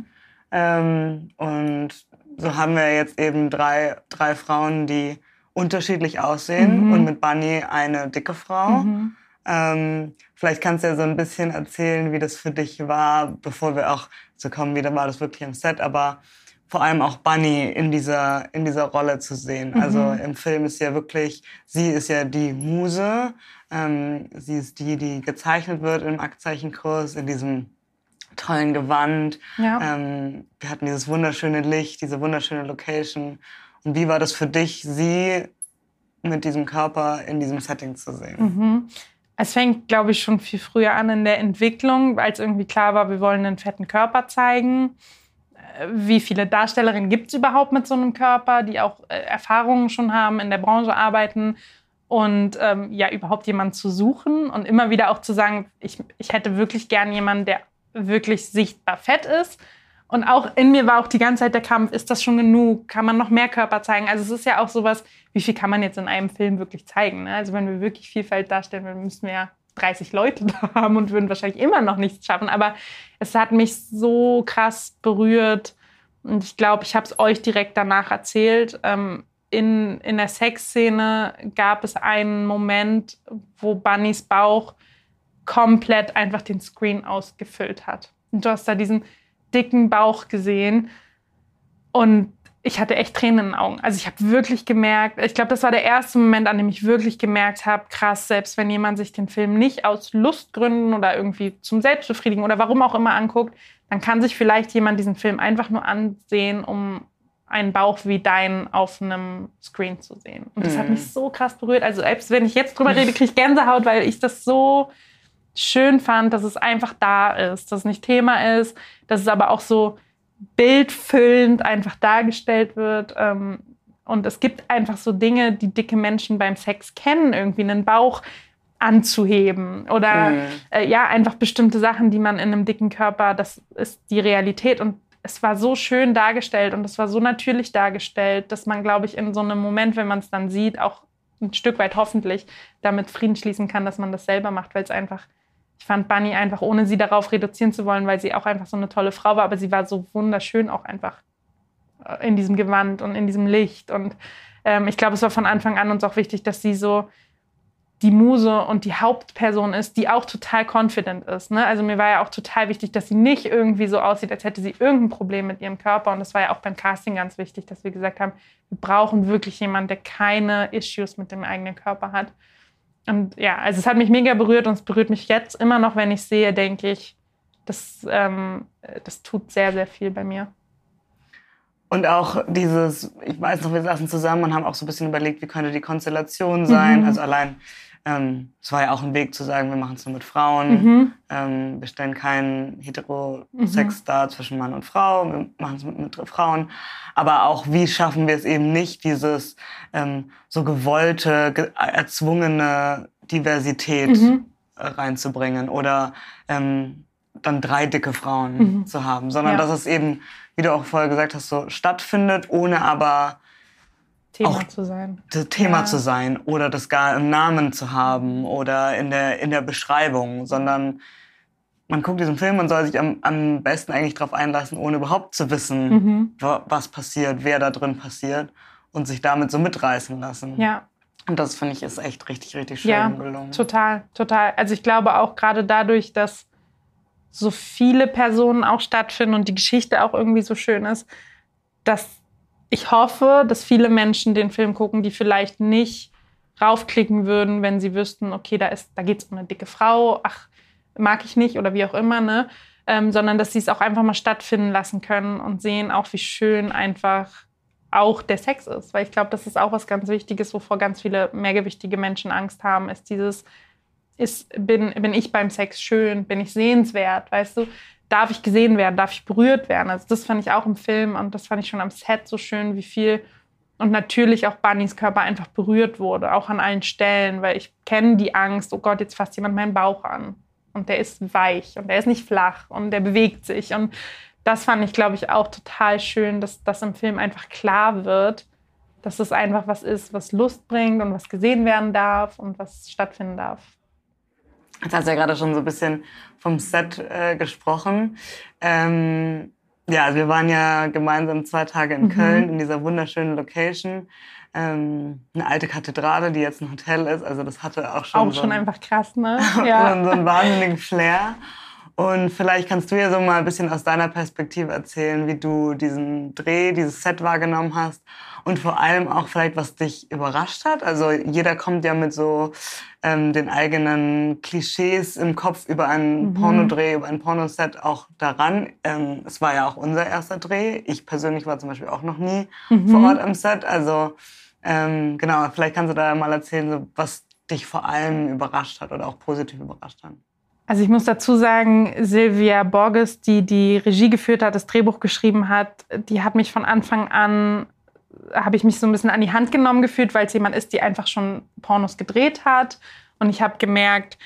Und so haben wir jetzt eben drei Frauen, die unterschiedlich aussehen und mit Bunny eine dicke Frau. Vielleicht kannst du ja so ein bisschen erzählen, wie das für dich war, bevor wir auch so kommen, wie war das wirklich am Set, aber vor allem auch Bunny in dieser Rolle zu sehen. Also im Film ist ja wirklich, sie ist ja die Muse, sie ist die gezeichnet wird im Aktzeichenkurs, in diesem tollen Gewand. Ja. Wir hatten dieses wunderschöne Licht, diese wunderschöne Location. Und wie war das für dich, sie mit diesem Körper in diesem Setting zu sehen? Es fängt, glaube ich, schon viel früher an in der Entwicklung, als irgendwie klar war, wir wollen einen fetten Körper zeigen. Wie viele Darstellerinnen gibt es überhaupt mit so einem Körper, die auch Erfahrungen schon haben, in der Branche arbeiten und überhaupt jemanden zu suchen und immer wieder auch zu sagen, ich hätte wirklich gern jemanden, der wirklich sichtbar fett ist. Und auch in mir war auch die ganze Zeit der Kampf, ist das schon genug? Kann man noch mehr Körper zeigen? Also es ist ja auch sowas, wie viel kann man jetzt in einem Film wirklich zeigen? Ne? Also wenn wir wirklich Vielfalt darstellen würden, müssten wir ja 30 Leute da haben und würden wahrscheinlich immer noch nichts schaffen. Aber es hat mich so krass berührt. Und ich glaube, ich habe es euch direkt danach erzählt. In der Sexszene gab es einen Moment, wo Bunnys Bauch komplett einfach den Screen ausgefüllt hat. Und du hast da diesen dicken Bauch gesehen und ich hatte echt Tränen in den Augen. Also ich habe wirklich gemerkt, ich glaube, das war der erste Moment, an dem ich wirklich gemerkt habe, krass, selbst wenn jemand sich den Film nicht aus Lustgründen oder irgendwie zum Selbstbefriedigen oder warum auch immer anguckt, dann kann sich vielleicht jemand diesen Film einfach nur ansehen, um einen Bauch wie deinen auf einem Screen zu sehen. Und das hat mich so krass berührt. Also selbst wenn ich jetzt drüber rede, kriege ich Gänsehaut, weil ich das so schön fand, dass es einfach da ist, dass es nicht Thema ist, dass es aber auch so bildfüllend einfach dargestellt wird. Und es gibt einfach so Dinge, die dicke Menschen beim Sex kennen, irgendwie einen Bauch anzuheben oder einfach bestimmte Sachen, die man in einem dicken Körper, das ist die Realität. Und es war so schön dargestellt und es war so natürlich dargestellt, dass man, glaube ich, in so einem Moment, wenn man es dann sieht, auch ein Stück weit hoffentlich damit Frieden schließen kann, dass man das selber macht, weil es einfach, ich fand Bunny einfach, ohne sie darauf reduzieren zu wollen, weil sie auch einfach so eine tolle Frau war, aber sie war so wunderschön auch einfach in diesem Gewand und in diesem Licht. Und ich glaube, es war von Anfang an uns auch wichtig, dass sie so die Muse und die Hauptperson ist, die auch total confident ist. Ne? Also mir war ja auch total wichtig, dass sie nicht irgendwie so aussieht, als hätte sie irgendein Problem mit ihrem Körper. Und das war ja auch beim Casting ganz wichtig, dass wir gesagt haben, wir brauchen wirklich jemanden, der keine Issues mit dem eigenen Körper hat. Und ja, also es hat mich mega berührt und es berührt mich jetzt immer noch, wenn ich sehe, denke ich, das tut sehr, sehr viel bei mir. Und auch dieses, ich weiß noch, wir saßen zusammen und haben auch so ein bisschen überlegt, wie könnte die Konstellation sein. Also allein, es war ja auch ein Weg zu sagen, wir machen es nur mit Frauen. Wir stellen keinen Heterosex dar zwischen Mann und Frau. Wir machen es mit Frauen. Aber auch, wie schaffen wir es eben nicht, dieses so gewollte, erzwungene Diversität reinzubringen oder dann 3 dicke Frauen zu haben, sondern dass es eben, wie du auch vorher gesagt hast, so stattfindet, ohne aber Thema zu sein. Das Thema zu sein oder das gar im Namen zu haben oder in der Beschreibung, sondern man guckt diesen Film und soll sich am besten eigentlich darauf einlassen, ohne überhaupt zu wissen, was passiert, wer da drin passiert und sich damit so mitreißen lassen. Ja. Und das, finde ich, ist echt richtig, richtig schön gelungen. Total, total. Also ich glaube auch gerade dadurch, dass so viele Personen auch stattfinden und die Geschichte auch irgendwie so schön ist, dass ich hoffe, dass viele Menschen den Film gucken, die vielleicht nicht raufklicken würden, wenn sie wüssten, okay, da geht's um eine dicke Frau, ach, mag ich nicht oder wie auch immer, ne? Sondern dass sie es auch einfach mal stattfinden lassen können und sehen auch, wie schön einfach auch der Sex ist. Weil ich glaube, das ist auch was ganz Wichtiges, wovor ganz viele mehrgewichtige Menschen Angst haben, ist dieses, bin ich beim Sex schön, bin ich sehenswert, weißt du? Darf ich gesehen werden, darf ich berührt werden? Also das fand ich auch im Film und das fand ich schon am Set so schön, wie viel und natürlich auch Bunnys Körper einfach berührt wurde, auch an allen Stellen, weil ich kenne die Angst, oh Gott, jetzt fasst jemand meinen Bauch an. Und der ist weich und der ist nicht flach und der bewegt sich. Und das fand ich, glaube ich, auch total schön, dass das im Film einfach klar wird, dass es einfach was ist, was Lust bringt und was gesehen werden darf und was stattfinden darf. Jetzt hast du ja gerade schon so ein bisschen vom Set gesprochen. Ja, also wir waren ja gemeinsam 2 Tage in Köln in dieser wunderschönen Location. Eine alte Kathedrale, die jetzt ein Hotel ist. Also das hatte auch schon einfach krass, ne? Ja. so einen wahnsinnigen Flair. Und vielleicht kannst du ja so mal ein bisschen aus deiner Perspektive erzählen, wie du diesen Dreh, dieses Set wahrgenommen hast und vor allem auch vielleicht, was dich überrascht hat. Also jeder kommt ja mit so den eigenen Klischees im Kopf über einen Pornodreh, über ein Pornoset auch daran. Es war ja auch unser erster Dreh. Ich persönlich war zum Beispiel auch noch nie vor Ort am Set. Also genau, vielleicht kannst du da mal erzählen, so, was dich vor allem überrascht hat oder auch positiv überrascht hat. Also ich muss dazu sagen, Silvia Borges, die Regie geführt hat, das Drehbuch geschrieben hat, die hat mich von Anfang an, habe ich mich so ein bisschen an die Hand genommen gefühlt, weil es jemand ist, die einfach schon Pornos gedreht hat. Und ich habe gemerkt,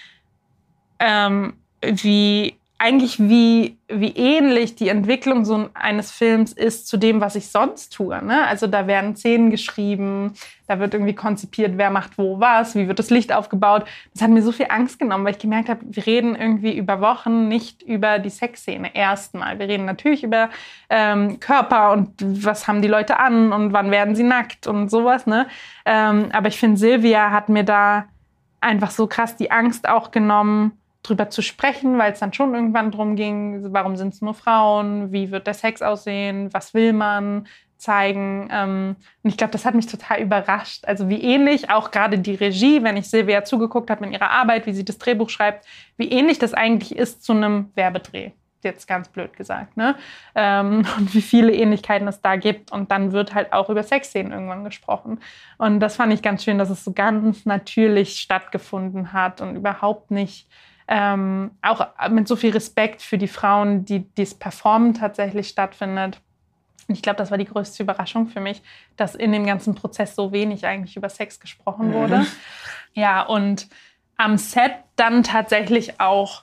wie ähnlich die Entwicklung so eines Films ist zu dem, was ich sonst tue. Ne? Also da werden Szenen geschrieben, da wird irgendwie konzipiert, wer macht wo was, wie wird das Licht aufgebaut. Das hat mir so viel Angst genommen, weil ich gemerkt habe, wir reden irgendwie über Wochen nicht über die Sexszene erstmal. Wir reden natürlich über Körper und was haben die Leute an und wann werden sie nackt und sowas. Ne? Aber ich finde, Silvia hat mir da einfach so krass die Angst auch genommen, drüber zu sprechen, weil es dann schon irgendwann drum ging, warum sind es nur Frauen, wie wird der Sex aussehen, was will man zeigen. Und ich glaube, das hat mich total überrascht. Also wie ähnlich auch gerade die Regie, wenn ich Silvia zugeguckt habe in ihrer Arbeit, wie sie das Drehbuch schreibt, wie ähnlich das eigentlich ist zu einem Werbedreh. Jetzt ganz blöd gesagt, ne? Und wie viele Ähnlichkeiten es da gibt. Und dann wird halt auch über Sexszenen irgendwann gesprochen. Und das fand ich ganz schön, dass es so ganz natürlich stattgefunden hat und überhaupt nicht auch mit so viel Respekt für die Frauen, die das Performen tatsächlich stattfindet. Und ich glaube, das war die größte Überraschung für mich, dass in dem ganzen Prozess so wenig eigentlich über Sex gesprochen wurde. Ja, und am Set dann tatsächlich auch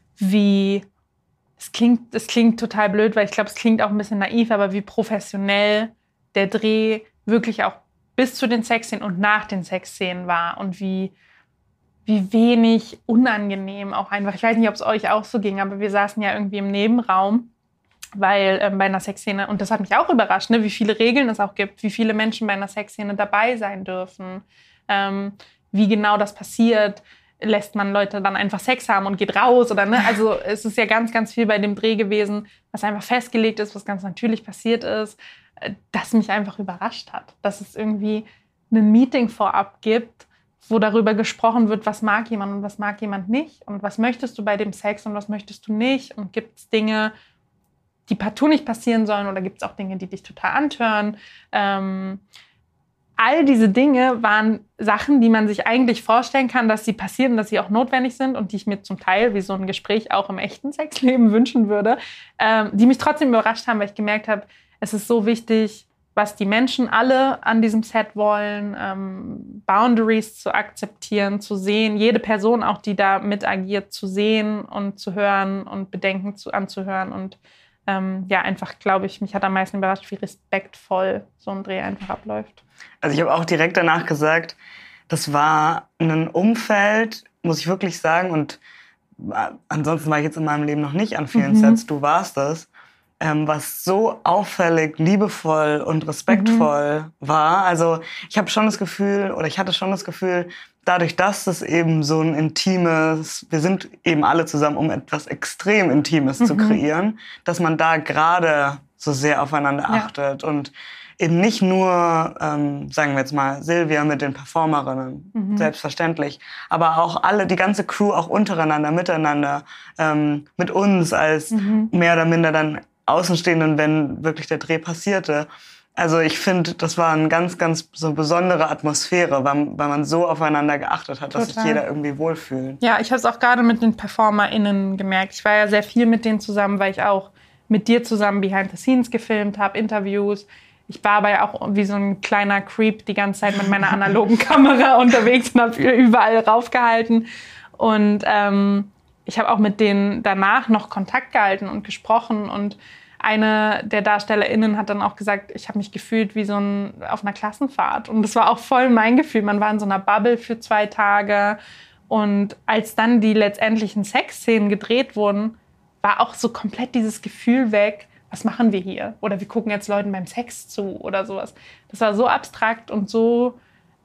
es klingt total blöd, weil ich glaube, es klingt auch ein bisschen naiv, aber wie professionell der Dreh wirklich auch bis zu den Sexszenen und nach den Sexszenen war und wie wenig unangenehm auch einfach. Ich weiß nicht, ob es euch auch so ging, aber wir saßen ja irgendwie im Nebenraum, weil bei einer Sexszene, und das hat mich auch überrascht, ne, wie viele Regeln es auch gibt, wie viele Menschen bei einer Sexszene dabei sein dürfen, wie genau das passiert. Lässt man Leute dann einfach Sex haben und geht raus? Oder, ne? Also es ist ja ganz, ganz viel bei dem Dreh gewesen, was einfach festgelegt ist, was ganz natürlich passiert ist, das mich einfach überrascht hat. Dass es irgendwie ein Meeting vorab gibt, wo darüber gesprochen wird, was mag jemand und was mag jemand nicht und was möchtest du bei dem Sex und was möchtest du nicht und gibt es Dinge, die partout nicht passieren sollen oder gibt es auch Dinge, die dich total antören. All diese Dinge waren Sachen, die man sich eigentlich vorstellen kann, dass sie passieren, dass sie auch notwendig sind und die ich mir zum Teil, wie so ein Gespräch auch im echten Sexleben wünschen würde, die mich trotzdem überrascht haben, weil ich gemerkt habe, es ist so wichtig, was die Menschen alle an diesem Set wollen, Boundaries zu akzeptieren, zu sehen, jede Person auch, die da mit agiert, zu sehen und zu hören und Bedenken anzuhören. Und ja, einfach, glaube ich, mich hat am meisten überrascht, wie respektvoll so ein Dreh einfach abläuft. Also ich habe auch direkt danach gesagt, das war ein Umfeld, muss ich wirklich sagen, und ansonsten war ich jetzt in meinem Leben noch nicht an vielen Sets, du warst das, was so auffällig, liebevoll und respektvoll war. Also ich habe schon das Gefühl, oder ich hatte schon das Gefühl, dadurch, dass es eben so ein intimes, wir sind eben alle zusammen, um etwas extrem Intimes zu kreieren, dass man da gerade so sehr aufeinander achtet. Und eben nicht nur, sagen wir jetzt mal, Silvia mit den Performerinnen, selbstverständlich, aber auch die ganze Crew auch untereinander, miteinander, mit uns als mehr oder minder dann Außenstehenden, wenn wirklich der Dreh passierte. Also ich finde, das war eine ganz, ganz so besondere Atmosphäre, weil man so aufeinander geachtet hat, dass sich jeder irgendwie wohlfühlt. Ja, ich habe es auch gerade mit den PerformerInnen gemerkt. Ich war ja sehr viel mit denen zusammen, weil ich auch mit dir zusammen Behind the Scenes gefilmt habe, Interviews. Ich war aber ja auch wie so ein kleiner Creep die ganze Zeit mit meiner analogen Kamera unterwegs und habe überall raufgehalten. Und ich habe auch mit denen danach noch Kontakt gehalten und gesprochen. Und eine der DarstellerInnen hat dann auch gesagt, ich habe mich gefühlt wie auf einer Klassenfahrt. Und das war auch voll mein Gefühl. Man war in so einer Bubble für 2 Tage. Und als dann die letztendlichen Sexszenen gedreht wurden, war auch so komplett dieses Gefühl weg, was machen wir hier? Oder wir gucken jetzt Leuten beim Sex zu oder sowas. Das war so abstrakt und so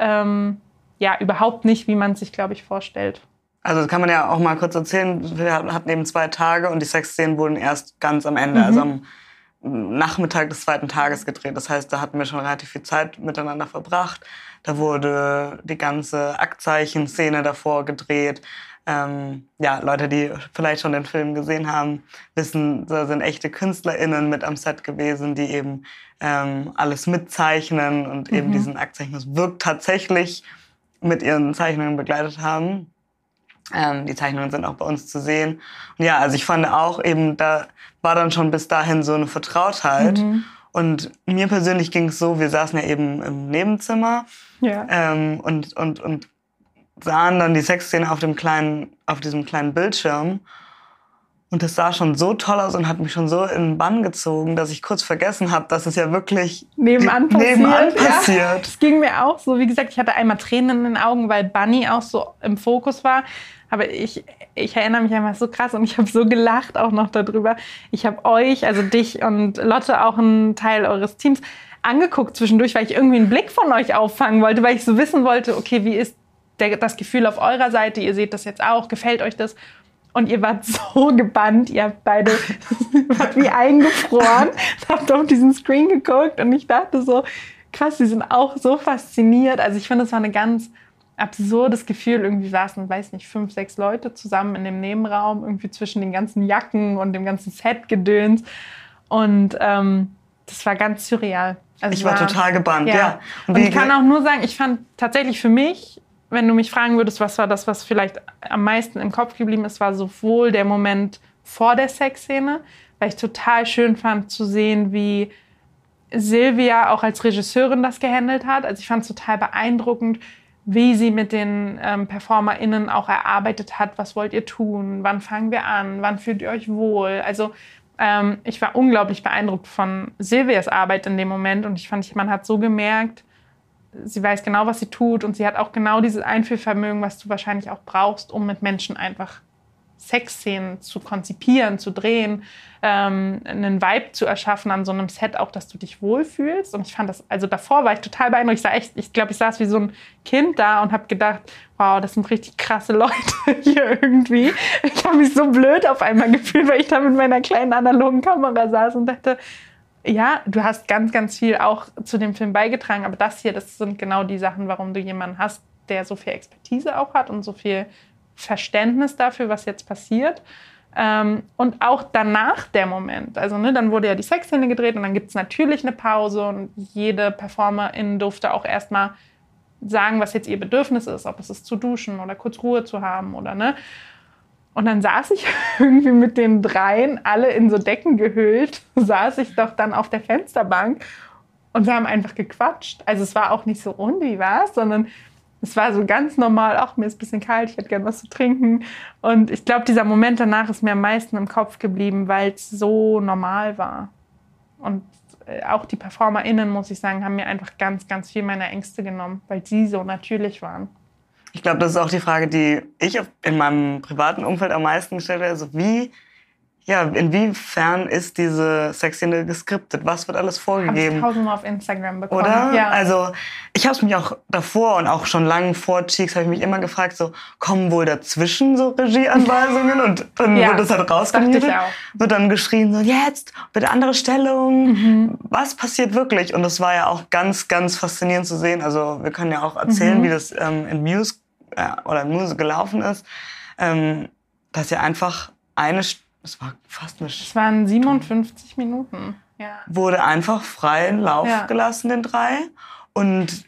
überhaupt nicht, wie man es sich, glaube ich, vorstellt. Also das kann man ja auch mal kurz erzählen. Wir hatten eben 2 Tage und die Sexszenen wurden erst ganz am Ende, also am Nachmittag des 2. Tages gedreht. Das heißt, da hatten wir schon relativ viel Zeit miteinander verbracht. Da wurde die ganze Aktzeichen-Szene davor gedreht. Leute, die vielleicht schon den Film gesehen haben, wissen, da sind echte KünstlerInnen mit am Set gewesen, die eben alles mitzeichnen und eben diesen Aktzeichen wirkt tatsächlich mit ihren Zeichnungen begleitet haben. Die Zeichnungen sind auch bei uns zu sehen. Und ja, also ich fand auch eben, da war dann schon bis dahin so eine Vertrautheit. Und mir persönlich ging es so, wir saßen ja eben im Nebenzimmer und sahen dann die Sexszene auf diesem kleinen Bildschirm. Und das sah schon so toll aus und hat mich schon so in den Bann gezogen, dass ich kurz vergessen habe, dass es ja wirklich nebenan passiert. Ja, das ging mir auch so. Wie gesagt, ich hatte einmal Tränen in den Augen, weil Bunny auch so im Fokus war. Aber ich erinnere mich einfach so krass und ich habe so gelacht auch noch darüber. Ich habe euch, also dich und Lotte, auch einen Teil eures Teams, angeguckt zwischendurch, weil ich irgendwie einen Blick von euch auffangen wollte, weil ich so wissen wollte, okay, wie ist das Gefühl auf eurer Seite? Ihr seht das jetzt auch, gefällt euch das? Und ihr wart so gebannt, ihr habt beide wart wie eingefroren, habt auf diesen Screen geguckt und ich dachte so, krass, die sind auch so fasziniert. Also ich finde, das war ein ganz absurdes Gefühl. Irgendwie saßen, weiß nicht, 5, 6 Leute zusammen in dem Nebenraum, irgendwie zwischen den ganzen Jacken und dem ganzen Set-Gedöns. Und das war ganz surreal. Also ich war total gebannt, ja. Und ich kann auch nur sagen, ich fand tatsächlich für mich, wenn du mich fragen würdest, was war das, was vielleicht am meisten im Kopf geblieben ist, war sowohl der Moment vor der Sexszene, weil ich total schön fand zu sehen, wie Silvia auch als Regisseurin das gehandelt hat. Also ich fand es total beeindruckend, wie sie mit den PerformerInnen auch erarbeitet hat, was wollt ihr tun, wann fangen wir an, wann fühlt ihr euch wohl. Also ich war unglaublich beeindruckt von Silvias Arbeit in dem Moment und ich fand, man hat so gemerkt, sie weiß genau, was sie tut und sie hat auch genau dieses Einfühlvermögen, was du wahrscheinlich auch brauchst, um mit Menschen einfach Sexszenen zu konzipieren, zu drehen, einen Vibe zu erschaffen an so einem Set, auch, dass du dich wohlfühlst. Und ich fand das, also davor war ich total beeindruckt. Ich glaube, ich saß wie so ein Kind da und habe gedacht, wow, das sind richtig krasse Leute hier irgendwie. Ich habe mich so blöd auf einmal gefühlt, weil ich da mit meiner kleinen analogen Kamera saß und dachte, ja, du hast ganz, ganz viel auch zu dem Film beigetragen, aber das sind genau die Sachen, warum du jemanden hast, der so viel Expertise auch hat und so viel Verständnis dafür, was jetzt passiert. Und auch danach der Moment. Also dann wurde ja die Sexszene gedreht und dann gibt es natürlich eine Pause und jede Performerin durfte auch erstmal sagen, was jetzt ihr Bedürfnis ist, ob es ist zu duschen oder kurz Ruhe zu haben oder ne. Und dann saß ich irgendwie mit den dreien, alle in so Decken gehüllt, saß ich doch dann auf der Fensterbank und wir haben einfach gequatscht. Also es war auch nicht so wie war's, sondern es war so ganz normal, ach, mir ist ein bisschen kalt, ich hätte gern was zu trinken. Und ich glaube, dieser Moment danach ist mir am meisten im Kopf geblieben, weil es so normal war. Und auch die PerformerInnen, muss ich sagen, haben mir einfach ganz, ganz viel meiner Ängste genommen, weil sie so natürlich waren. Ich glaube, das ist auch die Frage, die ich in meinem privaten Umfeld am meisten gestellt habe. Also wie Ja, inwiefern ist diese Sexszene geskriptet? Was wird alles vorgegeben? Habe ich tausendmal auf Instagram bekommen. Oder? Ja. Also ich habe es mich auch davor und auch schon lange vor Cheeks habe ich mich immer gefragt, so kommen wohl dazwischen so Regieanweisungen und dann wird das halt rausgemutet. Wird dann geschrien, so jetzt, bitte andere Stellung. Was passiert wirklich? Und das war ja auch ganz, ganz faszinierend zu sehen. Also wir können ja auch erzählen, wie das in Muse gelaufen ist. Dass ja einfach es war fast eine Es waren 57 Minuten. Ja. Wurde einfach freien Lauf gelassen, den 3. Und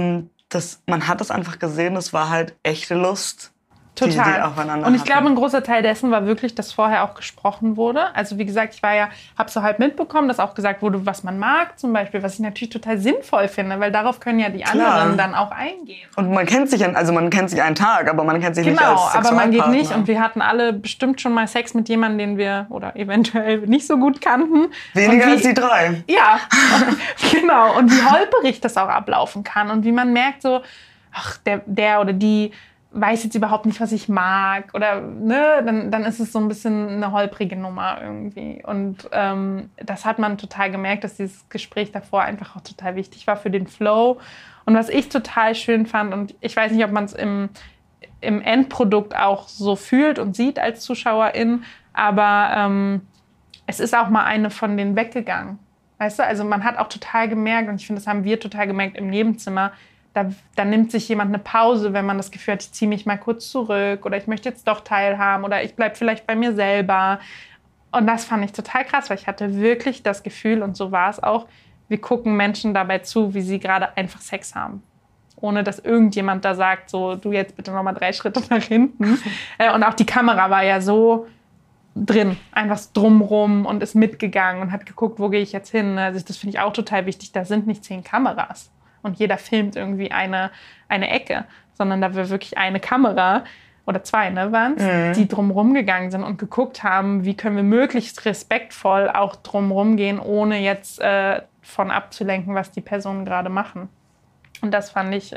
man hat das einfach gesehen, das war halt echte Lust. Total. Die aufeinander und ich hatten. glaube, ein großer Teil dessen war wirklich, dass vorher auch gesprochen wurde. Also wie gesagt, ich habe so halt mitbekommen, dass auch gesagt wurde, was man mag zum Beispiel, was ich natürlich total sinnvoll finde, weil darauf können ja die anderen dann auch eingehen. Und man kennt sich einen Tag, aber man kennt sich nicht als Sexualpartner. Aber man geht nicht und wir hatten alle bestimmt schon mal Sex mit jemandem, den wir oder eventuell nicht so gut kannten. Weniger als die 3. Ja, genau. Und wie holperig das auch ablaufen kann und wie man merkt so, ach, der oder die weiß jetzt überhaupt nicht, was ich mag oder ne, dann ist es so ein bisschen eine holprige Nummer irgendwie. Und das hat man total gemerkt, dass dieses Gespräch davor einfach auch total wichtig war für den Flow. Und was ich total schön fand, und ich weiß nicht, ob man es im Endprodukt auch so fühlt und sieht als Zuschauerin, aber es ist auch mal eine von denen weggegangen. Weißt du, also man hat auch total gemerkt, und ich finde, das haben wir total gemerkt im Nebenzimmer, da nimmt sich jemand eine Pause, wenn man das Gefühl hat, ich ziehe mich mal kurz zurück oder ich möchte jetzt doch teilhaben oder ich bleibe vielleicht bei mir selber. Und das fand ich total krass, weil ich hatte wirklich das Gefühl, und so war es auch, wir gucken Menschen dabei zu, wie sie gerade einfach Sex haben. Ohne dass irgendjemand da sagt, so, du jetzt bitte nochmal 3 Schritte nach hinten. Und auch die Kamera war ja so drin, einfach drumrum und ist mitgegangen und hat geguckt, wo gehe ich jetzt hin. Also das finde ich auch total wichtig, da sind nicht 10 Kameras. Und jeder filmt irgendwie eine Ecke, sondern da war wirklich eine Kamera oder 2, ne, waren's, die drumherum gegangen sind und geguckt haben, wie können wir möglichst respektvoll auch drumherum gehen, ohne jetzt von abzulenken, was die Personen gerade machen. Und das fand ich,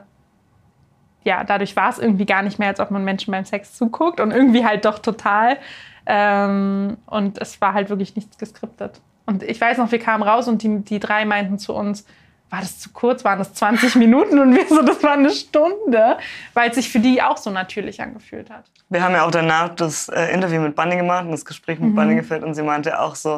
dadurch war es irgendwie gar nicht mehr, als ob man Menschen beim Sex zuguckt und irgendwie halt doch total. Und es war halt wirklich nichts geskriptet. Und ich weiß noch, wir kamen raus und die 3 meinten zu uns, war das zu kurz, waren das 20 Minuten und wir so, das war eine Stunde, weil es sich für die auch so natürlich angefühlt hat. Wir haben ja auch danach das Interview mit Bunny gemacht und das Gespräch mit Bunny geführt und sie meinte auch so,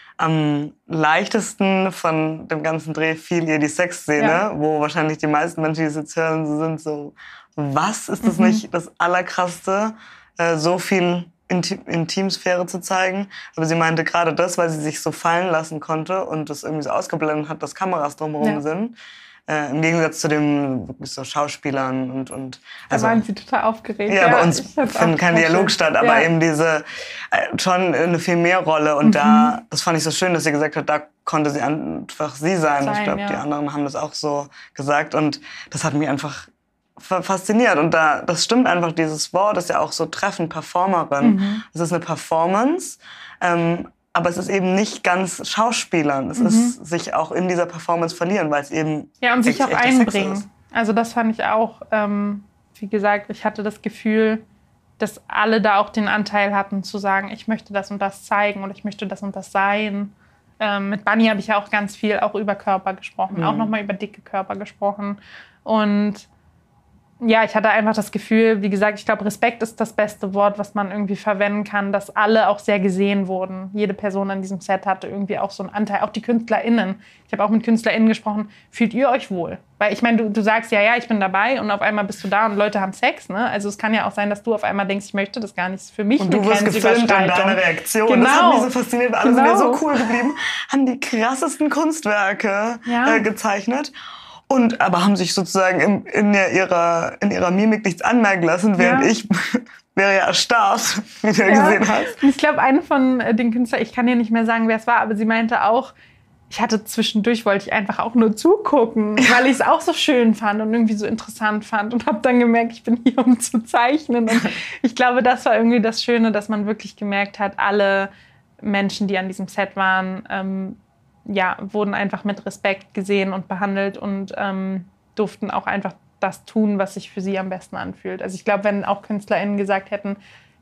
am leichtesten von dem ganzen Dreh fiel ihr die Sexszene, wo wahrscheinlich die meisten Menschen, die es jetzt hören, so sind so, was ist das nicht das Allerkrasseste, so viel Intimsphäre zu zeigen. Aber sie meinte gerade das, weil sie sich so fallen lassen konnte und das irgendwie so ausgeblendet hat, dass Kameras drumherum sind. Im Gegensatz zu den wirklich so Schauspielern und da waren sie total aufgeregt. Ja, bei uns findet kein Dialog statt, aber eben diese schon eine viel mehr Rolle. Und das fand ich so schön, dass sie gesagt hat, da konnte sie einfach sie sein. Ich glaube, die anderen haben das auch so gesagt und das hat mich einfach fasziniert. Und das stimmt einfach, dieses Wort ist ja auch so treffend, Performerin. Es ist eine Performance, aber es ist eben nicht ganz Schauspielern. Es ist sich auch in dieser Performance verlieren, weil es eben und sich auch einbringen. Also das fand ich auch, wie gesagt, ich hatte das Gefühl, dass alle da auch den Anteil hatten zu sagen, ich möchte das und das zeigen oder ich möchte das und das sein. Mit Bunny habe ich ja auch ganz viel auch über Körper gesprochen, auch nochmal über dicke Körper gesprochen. Und ja, ich hatte einfach das Gefühl, wie gesagt, ich glaube, Respekt ist das beste Wort, was man irgendwie verwenden kann, dass alle auch sehr gesehen wurden. Jede Person an diesem Set hatte irgendwie auch so einen Anteil, auch die KünstlerInnen. Ich habe auch mit KünstlerInnen gesprochen. Fühlt ihr euch wohl? Weil ich meine, du sagst ja, ich bin dabei und auf einmal bist du da und Leute haben Sex, ne? Also es kann ja auch sein, dass du auf einmal denkst, ich möchte das gar nicht für mich. Und du wirst gefilmt in deiner Reaktion. Genau. Das hat mich so fasziniert, alle sind mir so cool geblieben, haben die krassesten Kunstwerke gezeichnet. Aber haben sich sozusagen in ihrer Mimik nichts anmerken lassen, während ich wäre ja erstarrt, wie du gesehen hast. Ich glaube, eine von den Künstlern, ich kann dir nicht mehr sagen, wer es war, aber sie meinte auch, ich hatte zwischendurch, wollte ich einfach auch nur zugucken, weil ich es auch so schön fand und irgendwie so interessant fand und habe dann gemerkt, ich bin hier, um zu zeichnen. Und ich glaube, das war irgendwie das Schöne, dass man wirklich gemerkt hat, alle Menschen, die an diesem Set waren, wurden einfach mit Respekt gesehen und behandelt und durften auch einfach das tun, was sich für sie am besten anfühlt. Also ich glaube, wenn auch KünstlerInnen gesagt hätten,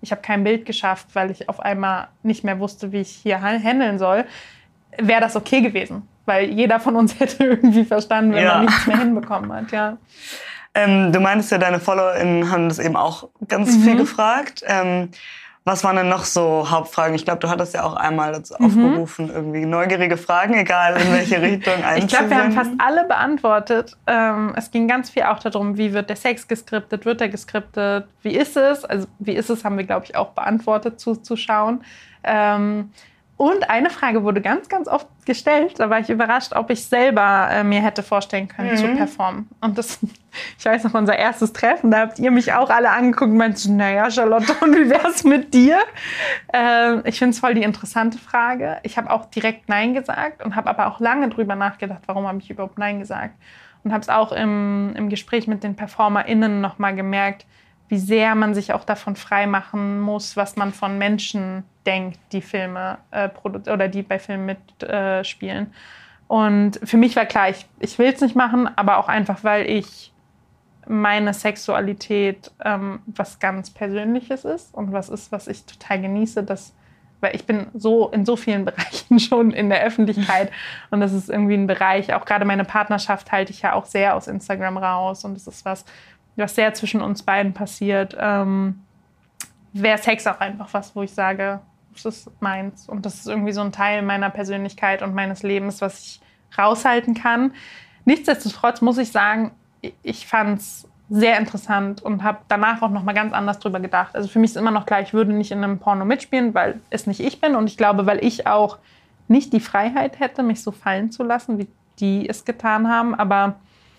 ich habe kein Bild geschafft, weil ich auf einmal nicht mehr wusste, wie ich hier handeln soll, wäre das okay gewesen. Weil jeder von uns hätte irgendwie verstanden, wenn man nichts mehr hinbekommen hat. Ja. Du meintest ja, deine FollowerInnen haben das eben auch ganz viel gefragt. Was waren denn noch so Hauptfragen? Ich glaube, du hattest ja auch einmal dazu aufgerufen, irgendwie neugierige Fragen, egal in welche Richtung einzusenden. Ich glaube, wir haben fast alle beantwortet. Es ging ganz viel auch darum, wie wird der Sex geskriptet, wird er geskriptet, wie ist es? Also wie ist es, haben wir, glaube ich, auch beantwortet zuschauen. Und eine Frage wurde ganz, ganz oft gestellt. Da war ich überrascht, ob ich selber mir hätte vorstellen können, zu performen. Und das, ich weiß noch, unser erstes Treffen, da habt ihr mich auch alle angeguckt und meint, naja, Charlotte, und wie wär's mit dir? Ich finde es voll die interessante Frage. Ich habe auch direkt Nein gesagt und habe aber auch lange drüber nachgedacht, warum habe ich überhaupt Nein gesagt. Und habe es auch im Gespräch mit den PerformerInnen nochmal gemerkt, wie sehr man sich auch davon freimachen muss, was man von Menschen denkt, die Filme oder die bei Filmen mitspielen. Und für mich war klar, ich will es nicht machen, aber auch einfach, weil ich meine Sexualität was ganz Persönliches ist und was ist, was ich total genieße, weil ich bin so in so vielen Bereichen schon in der Öffentlichkeit und das ist irgendwie ein Bereich, auch gerade meine Partnerschaft halte ich ja auch sehr aus Instagram raus und das ist was sehr zwischen uns beiden passiert, wäre Sex auch einfach was, wo ich sage, das ist meins. Und das ist irgendwie so ein Teil meiner Persönlichkeit und meines Lebens, was ich raushalten kann. Nichtsdestotrotz muss ich sagen, ich fand es sehr interessant und habe danach auch noch mal ganz anders drüber gedacht. Also für mich ist immer noch klar, ich würde nicht in einem Porno mitspielen, weil es nicht ich bin. Und ich glaube, weil ich auch nicht die Freiheit hätte, mich so fallen zu lassen, wie die es getan haben. Aber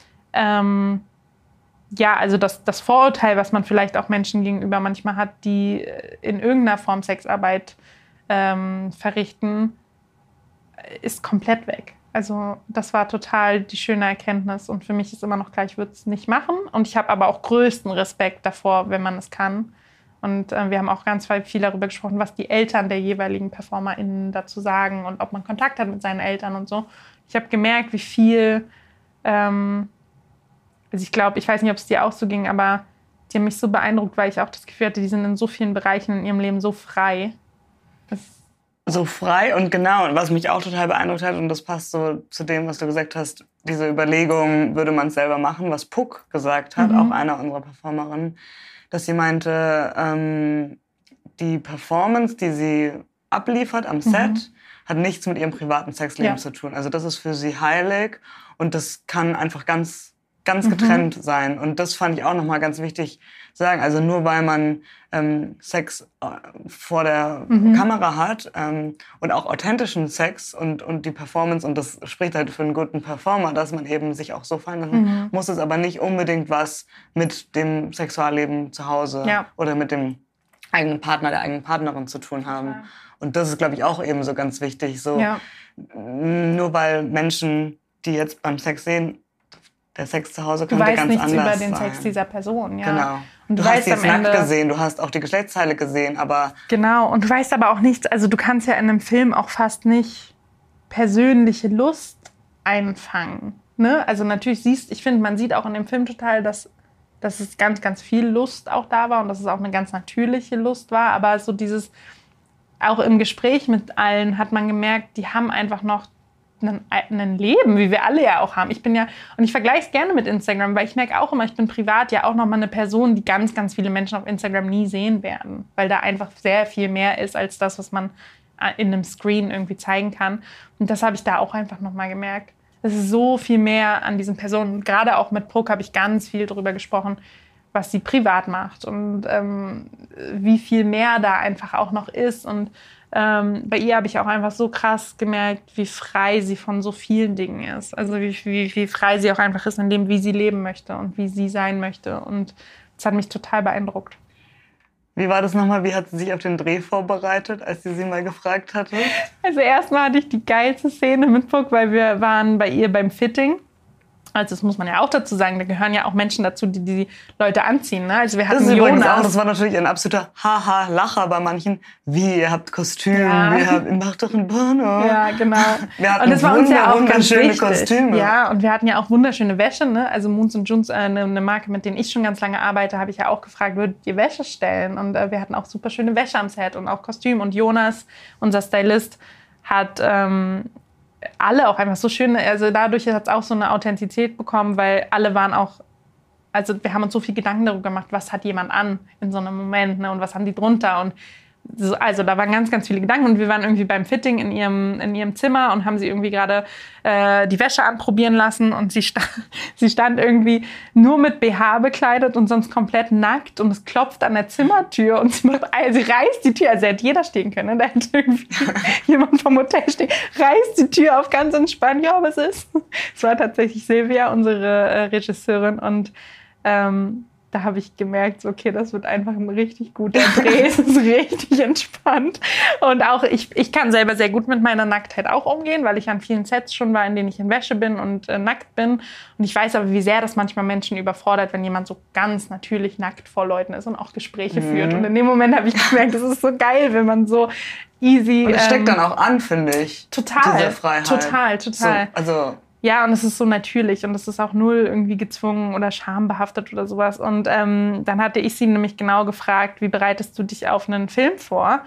ja, also das Vorurteil, was man vielleicht auch Menschen gegenüber manchmal hat, die in irgendeiner Form Sexarbeit verrichten, ist komplett weg. Also das war total die schöne Erkenntnis und für mich ist immer noch klar, ich würde es nicht machen und ich habe aber auch größten Respekt davor, wenn man es kann. Und wir haben auch ganz viel darüber gesprochen, was die Eltern der jeweiligen PerformerInnen dazu sagen und ob man Kontakt hat mit seinen Eltern und so. Ich habe gemerkt, wie viel also ich glaube, ich weiß nicht, ob es dir auch so ging, aber die haben mich so beeindruckt, weil ich auch das Gefühl hatte, die sind in so vielen Bereichen in ihrem Leben so frei. So frei und genau. Und was mich auch total beeindruckt hat, und das passt so zu dem, was du gesagt hast, diese Überlegung, würde man es selber machen, was Puck gesagt hat, auch einer unserer Performerinnen, dass sie meinte, die Performance, die sie abliefert am Set, hat nichts mit ihrem privaten Sexleben zu tun. Also das ist für sie heilig und das kann einfach ganz getrennt sein. Und das fand ich auch nochmal ganz wichtig zu sagen. Also nur weil man Sex vor der Kamera hat und auch authentischen Sex und die Performance, und das spricht halt für einen guten Performer, dass man eben sich auch so fallen lassen muss es aber nicht unbedingt was mit dem Sexualleben zu Hause oder mit dem eigenen Partner, der eigenen Partnerin zu tun haben. Ja. Und das ist, glaube ich, auch eben so ganz wichtig. So, nur weil Menschen, die jetzt beim Sex sehen, der Sex zu Hause könnte ganz anders sein. Du weißt nichts über den Sex dieser Person, ja. Genau. Und du hast jetzt nackt gesehen, du hast auch die Geschlechtsteile gesehen, aber... Genau, und du weißt aber auch nichts, also du kannst ja in einem Film auch fast nicht persönliche Lust einfangen. Ne? Also natürlich ich finde, man sieht auch in dem Film total, dass es ganz, ganz viel Lust auch da war und dass es auch eine ganz natürliche Lust war, aber so auch im Gespräch mit allen hat man gemerkt, die haben einfach noch ein Leben, wie wir alle ja auch haben. Und ich vergleiche es gerne mit Instagram, weil ich merke auch immer, ich bin privat ja auch nochmal eine Person, die ganz, ganz viele Menschen auf Instagram nie sehen werden, weil da einfach sehr viel mehr ist als das, was man in einem Screen irgendwie zeigen kann. Und das habe ich da auch einfach nochmal gemerkt. Es ist so viel mehr an diesen Personen. Gerade auch mit Puck habe ich ganz viel darüber gesprochen, was sie privat macht und wie viel mehr da einfach auch noch ist. Und bei ihr habe ich auch einfach so krass gemerkt, wie frei sie von so vielen Dingen ist. Also wie frei sie auch einfach ist in dem, wie sie leben möchte und wie sie sein möchte. Und das hat mich total beeindruckt. Wie war das nochmal? Wie hat sie sich auf den Dreh vorbereitet, als sie mal gefragt hatte? Also erstmal hatte ich die geilste Szene mit Puck, weil wir waren bei ihr beim Fitting. Also das muss man ja auch dazu sagen, da gehören ja auch Menschen dazu, die die Leute anziehen. Ne? Also wir hatten das ist übrigens Jonas. Auch, das war natürlich ein absoluter Haha-Lacher bei manchen. Wie, ihr habt Kostüm, ihr macht doch ein Porno. Ja, genau. Wir hatten und das war uns ja auch ganz wunderschöne wichtig. Kostüme. Ja, und wir hatten ja auch wunderschöne Wäsche. Ne? Also Moons & Junes, eine Marke, mit denen ich schon ganz lange arbeite, habe ich ja auch gefragt, würdet ihr Wäsche stellen? Und wir hatten auch super schöne Wäsche am Set und auch Kostüm. Und Jonas, unser Stylist, hat alle auch einfach so schön, also dadurch hat es auch so eine Authentizität bekommen, weil alle waren auch, also wir haben uns so viel Gedanken darüber gemacht, was hat jemand an in so einem Moment, ne, und was haben die drunter und so, also da waren ganz, ganz viele Gedanken und wir waren irgendwie beim Fitting in ihrem Zimmer und haben sie irgendwie gerade die Wäsche anprobieren lassen und sie stand irgendwie nur mit BH bekleidet und sonst komplett nackt und es klopft an der Zimmertür und sie reißt die Tür, also hätte jeder stehen können, ne? Da hätte irgendwie jemand vom Hotel stehen, reißt die Tür auf ganz entspannt, ja, was ist? Es war tatsächlich Silvia, unsere Regisseurin und da habe ich gemerkt, so, okay, das wird einfach ein richtig guter Dreh. Es ist richtig entspannt. Und auch ich kann selber sehr gut mit meiner Nacktheit auch umgehen, weil ich an vielen Sets schon war, in denen ich in Wäsche bin und nackt bin. Und ich weiß aber, wie sehr das manchmal Menschen überfordert, wenn jemand so ganz natürlich nackt vor Leuten ist und auch Gespräche führt. Und in dem Moment habe ich gemerkt, es ist so geil, wenn man so easy... Und es steckt dann auch an, finde ich. Total. Diese Freiheit. Total. So, also... Ja, und es ist so natürlich und es ist auch null irgendwie gezwungen oder schambehaftet oder sowas. Und dann hatte ich sie nämlich genau gefragt, wie bereitest du dich auf einen Film vor?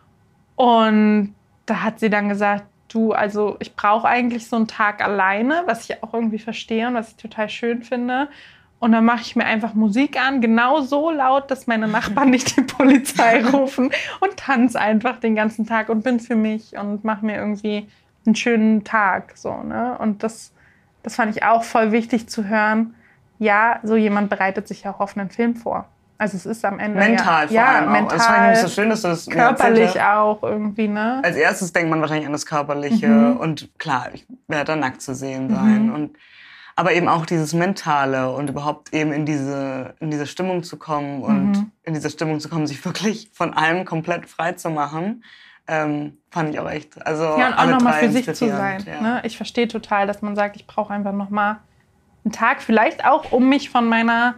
Und da hat sie dann gesagt, du, also ich brauche eigentlich so einen Tag alleine, was ich auch irgendwie verstehe und was ich total schön finde. Und dann mache ich mir einfach Musik an, genau so laut, dass meine Nachbarn nicht die Polizei rufen und tanze einfach den ganzen Tag und bin für mich und mache mir irgendwie einen schönen Tag, so, ne? Und das fand ich auch voll wichtig zu hören. Ja, so jemand bereitet sich auch auf einen Film vor. Also es ist am Ende mental vor allem mental, auch. Das fand ich nicht so schön, dass du das körperlich auch irgendwie, ne? Als erstes denkt man wahrscheinlich an das Körperliche und klar, ich werde da nackt zu sehen sein aber eben auch dieses Mentale und überhaupt eben in diese Stimmung zu kommen und in diese Stimmung zu kommen, sich wirklich von allem komplett frei zu machen. Fand ich auch echt, also ja, und auch nochmal für sich zu sein. Ja. Ne? Ich verstehe total, dass man sagt, ich brauche einfach nochmal einen Tag, vielleicht auch, um mich von meiner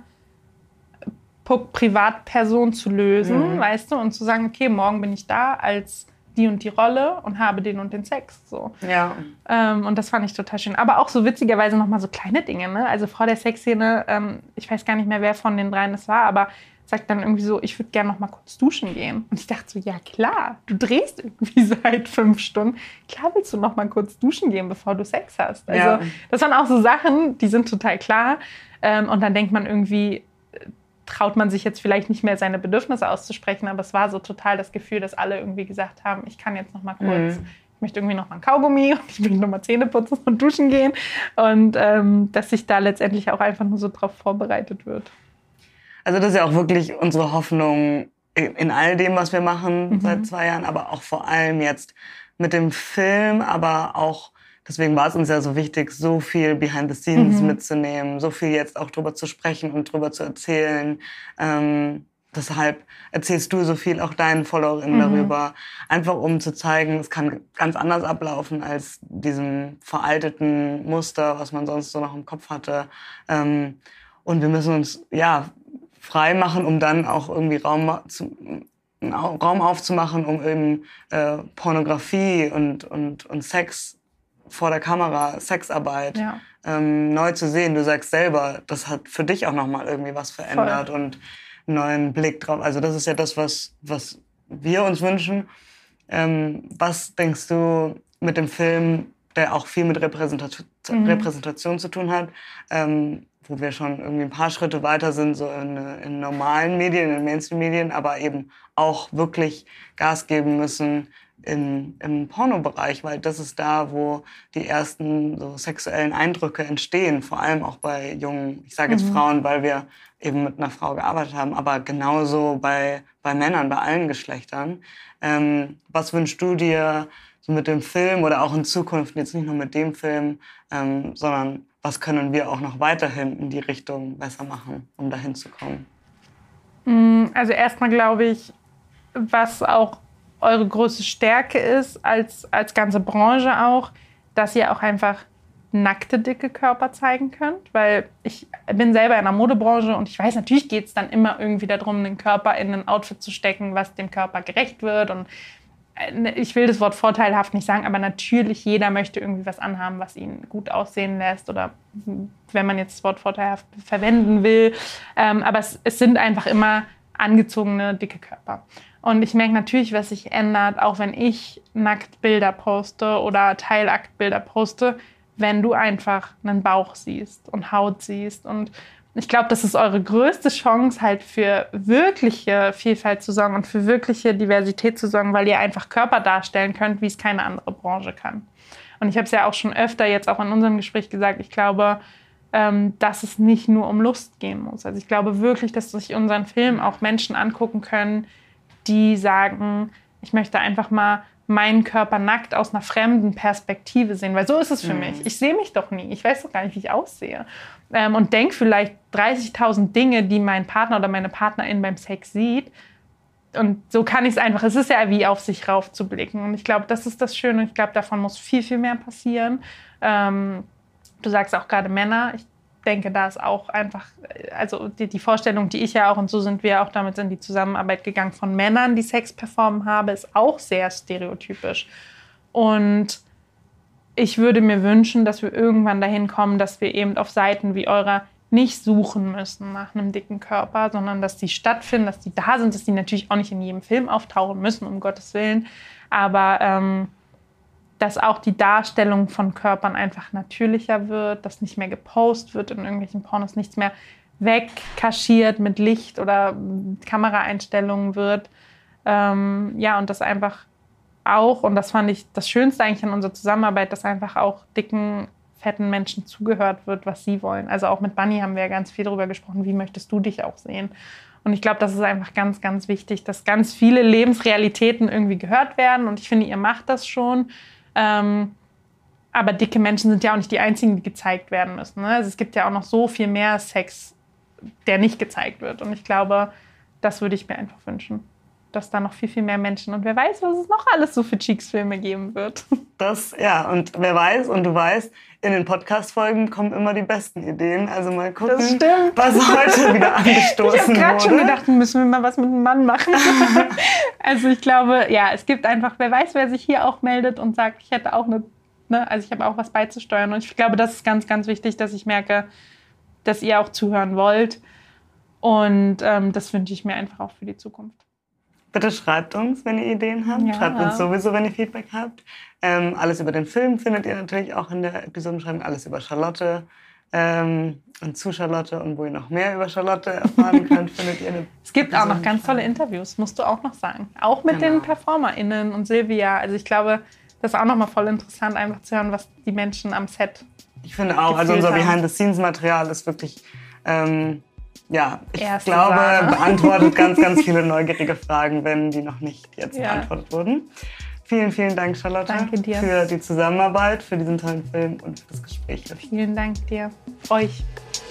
Privatperson zu lösen, weißt du, und zu sagen, okay, morgen bin ich da als die und die Rolle und habe den und den Sex. So. Ja. Und das fand ich total schön. Aber auch so witzigerweise nochmal so kleine Dinge. Ne? Also vor der Sexszene, ich weiß gar nicht mehr, wer von den dreien es war, aber sagt dann irgendwie so, ich würde gerne noch mal kurz duschen gehen. Und ich dachte so, ja klar, du drehst irgendwie seit 5 Stunden. Klar willst du noch mal kurz duschen gehen, bevor du Sex hast. Also das waren auch so Sachen, die sind total klar. Und dann denkt man irgendwie, traut man sich jetzt vielleicht nicht mehr, seine Bedürfnisse auszusprechen. Aber es war so total das Gefühl, dass alle irgendwie gesagt haben, ich kann jetzt noch mal kurz, ich möchte irgendwie noch mal ein Kaugummi und ich möchte noch mal Zähne putzen und duschen gehen. Und dass sich da letztendlich auch einfach nur so drauf vorbereitet wird. Also das ist ja auch wirklich unsere Hoffnung in all dem, was wir machen seit 2 Jahren, aber auch vor allem jetzt mit dem Film, aber auch, deswegen war es uns ja so wichtig, so viel Behind the Scenes mitzunehmen, so viel jetzt auch drüber zu sprechen und drüber zu erzählen. Deshalb erzählst du so viel auch deinen FollowerInnen darüber, einfach um zu zeigen, es kann ganz anders ablaufen als diesem veralteten Muster, was man sonst so noch im Kopf hatte. Und wir müssen uns, frei machen, um dann auch irgendwie Raum aufzumachen, um eben Pornografie und Sex vor der Kamera, Sexarbeit neu zu sehen. Du sagst selber, das hat für dich auch nochmal irgendwie was verändert und einen neuen Blick drauf. Also das ist ja das, was wir uns wünschen. Was denkst du mit dem Film, der auch viel mit Repräsentation zu tun hat, wo wir schon irgendwie ein paar Schritte weiter sind, so in normalen Medien, in Mainstream-Medien, aber eben auch wirklich Gas geben müssen im Pornobereich, weil das ist da, wo die ersten so sexuellen Eindrücke entstehen, vor allem auch bei jungen, ich sage jetzt Frauen, weil wir eben mit einer Frau gearbeitet haben, aber genauso bei Männern, bei allen Geschlechtern. Was wünschst du dir so mit dem Film oder auch in Zukunft, jetzt nicht nur mit dem Film, sondern was können wir auch noch weiterhin in die Richtung besser machen, um dahin zu kommen? Also erstmal glaube ich, was auch eure große Stärke ist, als ganze Branche auch, dass ihr auch einfach nackte, dicke Körper zeigen könnt, weil ich bin selber in der Modebranche und ich weiß, natürlich geht es dann immer irgendwie darum, den Körper in ein Outfit zu stecken, was dem Körper gerecht wird und ich will das Wort vorteilhaft nicht sagen, aber natürlich jeder möchte irgendwie was anhaben, was ihn gut aussehen lässt oder wenn man jetzt das Wort vorteilhaft verwenden will, aber es sind einfach immer angezogene, dicke Körper. Und ich merke natürlich, was sich ändert, auch wenn ich Nacktbilder poste oder Teilaktbilder poste, wenn du einfach einen Bauch siehst und Haut siehst. Und ich glaube, das ist eure größte Chance, halt für wirkliche Vielfalt zu sorgen und für wirkliche Diversität zu sorgen, weil ihr einfach Körper darstellen könnt, wie es keine andere Branche kann. Und ich habe es ja auch schon öfter jetzt auch in unserem Gespräch gesagt, ich glaube, dass es nicht nur um Lust gehen muss. Also ich glaube wirklich, dass sich unseren Film auch Menschen angucken können, die sagen, ich möchte einfach mal meinen Körper nackt aus einer fremden Perspektive sehen. Weil so ist es für mich. Ich sehe mich doch nie. Ich weiß doch gar nicht, wie ich aussehe. Und denke vielleicht 30.000 Dinge, die mein Partner oder meine Partnerin beim Sex sieht. Und so kann ich es einfach. Es ist ja wie auf sich raufzublicken. Und ich glaube, das ist das Schöne. Ich glaube, davon muss viel, viel mehr passieren. Du sagst auch gerade Männer. Ich denke, da ist auch einfach, also die Vorstellung, die ich ja auch, und so sind wir auch damit in die Zusammenarbeit gegangen, von Männern, die Sex performen haben, ist auch sehr stereotypisch. Und ich würde mir wünschen, dass wir irgendwann dahin kommen, dass wir eben auf Seiten wie eurer nicht suchen müssen nach einem dicken Körper, sondern dass die stattfinden, dass die da sind, dass die natürlich auch nicht in jedem Film auftauchen müssen, um Gottes Willen, aber dass auch die Darstellung von Körpern einfach natürlicher wird, dass nicht mehr gepostet wird in irgendwelchen Pornos, nichts mehr wegkaschiert mit Licht oder Kameraeinstellungen wird. Ja, und das einfach auch, und das fand ich das Schönste eigentlich an unserer Zusammenarbeit, dass einfach auch dicken, fetten Menschen zugehört wird, was sie wollen. Also auch mit Bunny haben wir ja ganz viel darüber gesprochen, wie möchtest du dich auch sehen? Und ich glaube, das ist einfach ganz, ganz wichtig, dass ganz viele Lebensrealitäten irgendwie gehört werden. Und ich finde, ihr macht das schon. Aber dicke Menschen sind ja auch nicht die einzigen, die gezeigt werden müssen. Ne? Also es gibt ja auch noch so viel mehr Sex, der nicht gezeigt wird. Und ich glaube, das würde ich mir einfach wünschen, dass da noch viel, viel mehr Menschen und wer weiß, was es noch alles so für Cheeks-Filme geben wird. Das, ja, und wer weiß und du weißt, in den Podcast-Folgen kommen immer die besten Ideen. Also mal gucken, was heute wieder angestoßen wurde. Ich habe gerade schon gedacht, müssen wir mal was mit einem Mann machen. Also ich glaube, ja, es gibt einfach, wer weiß, wer sich hier auch meldet und sagt, ich hätte auch also ich habe auch was beizusteuern. Und ich glaube, das ist ganz, ganz wichtig, dass ich merke, dass ihr auch zuhören wollt. Und das wünsche ich mir einfach auch für die Zukunft. Bitte schreibt uns, wenn ihr Ideen habt. Ja. Schreibt uns sowieso, wenn ihr Feedback habt. Alles über den Film findet ihr natürlich auch in der Episodenbeschreibung. Alles über Charlotte und zu Charlotte und wo ihr noch mehr über Charlotte erfahren könnt, findet ihr. Es gibt auch noch ganz tolle Interviews, musst du auch noch sagen. Auch mit den PerformerInnen und Silvia. Also ich glaube, das ist auch noch mal voll interessant, einfach zu hören, was die Menschen am Set Ich finde auch, also unser Behind-the-Scenes-Material ist wirklich... ich glaube, beantwortet ganz, ganz viele neugierige Fragen, wenn die noch nicht jetzt beantwortet wurden. Vielen, vielen Dank, Charlotte, Danke dir. Für die Zusammenarbeit, für diesen tollen Film und für das Gespräch. Vielen Dank dir. Euch.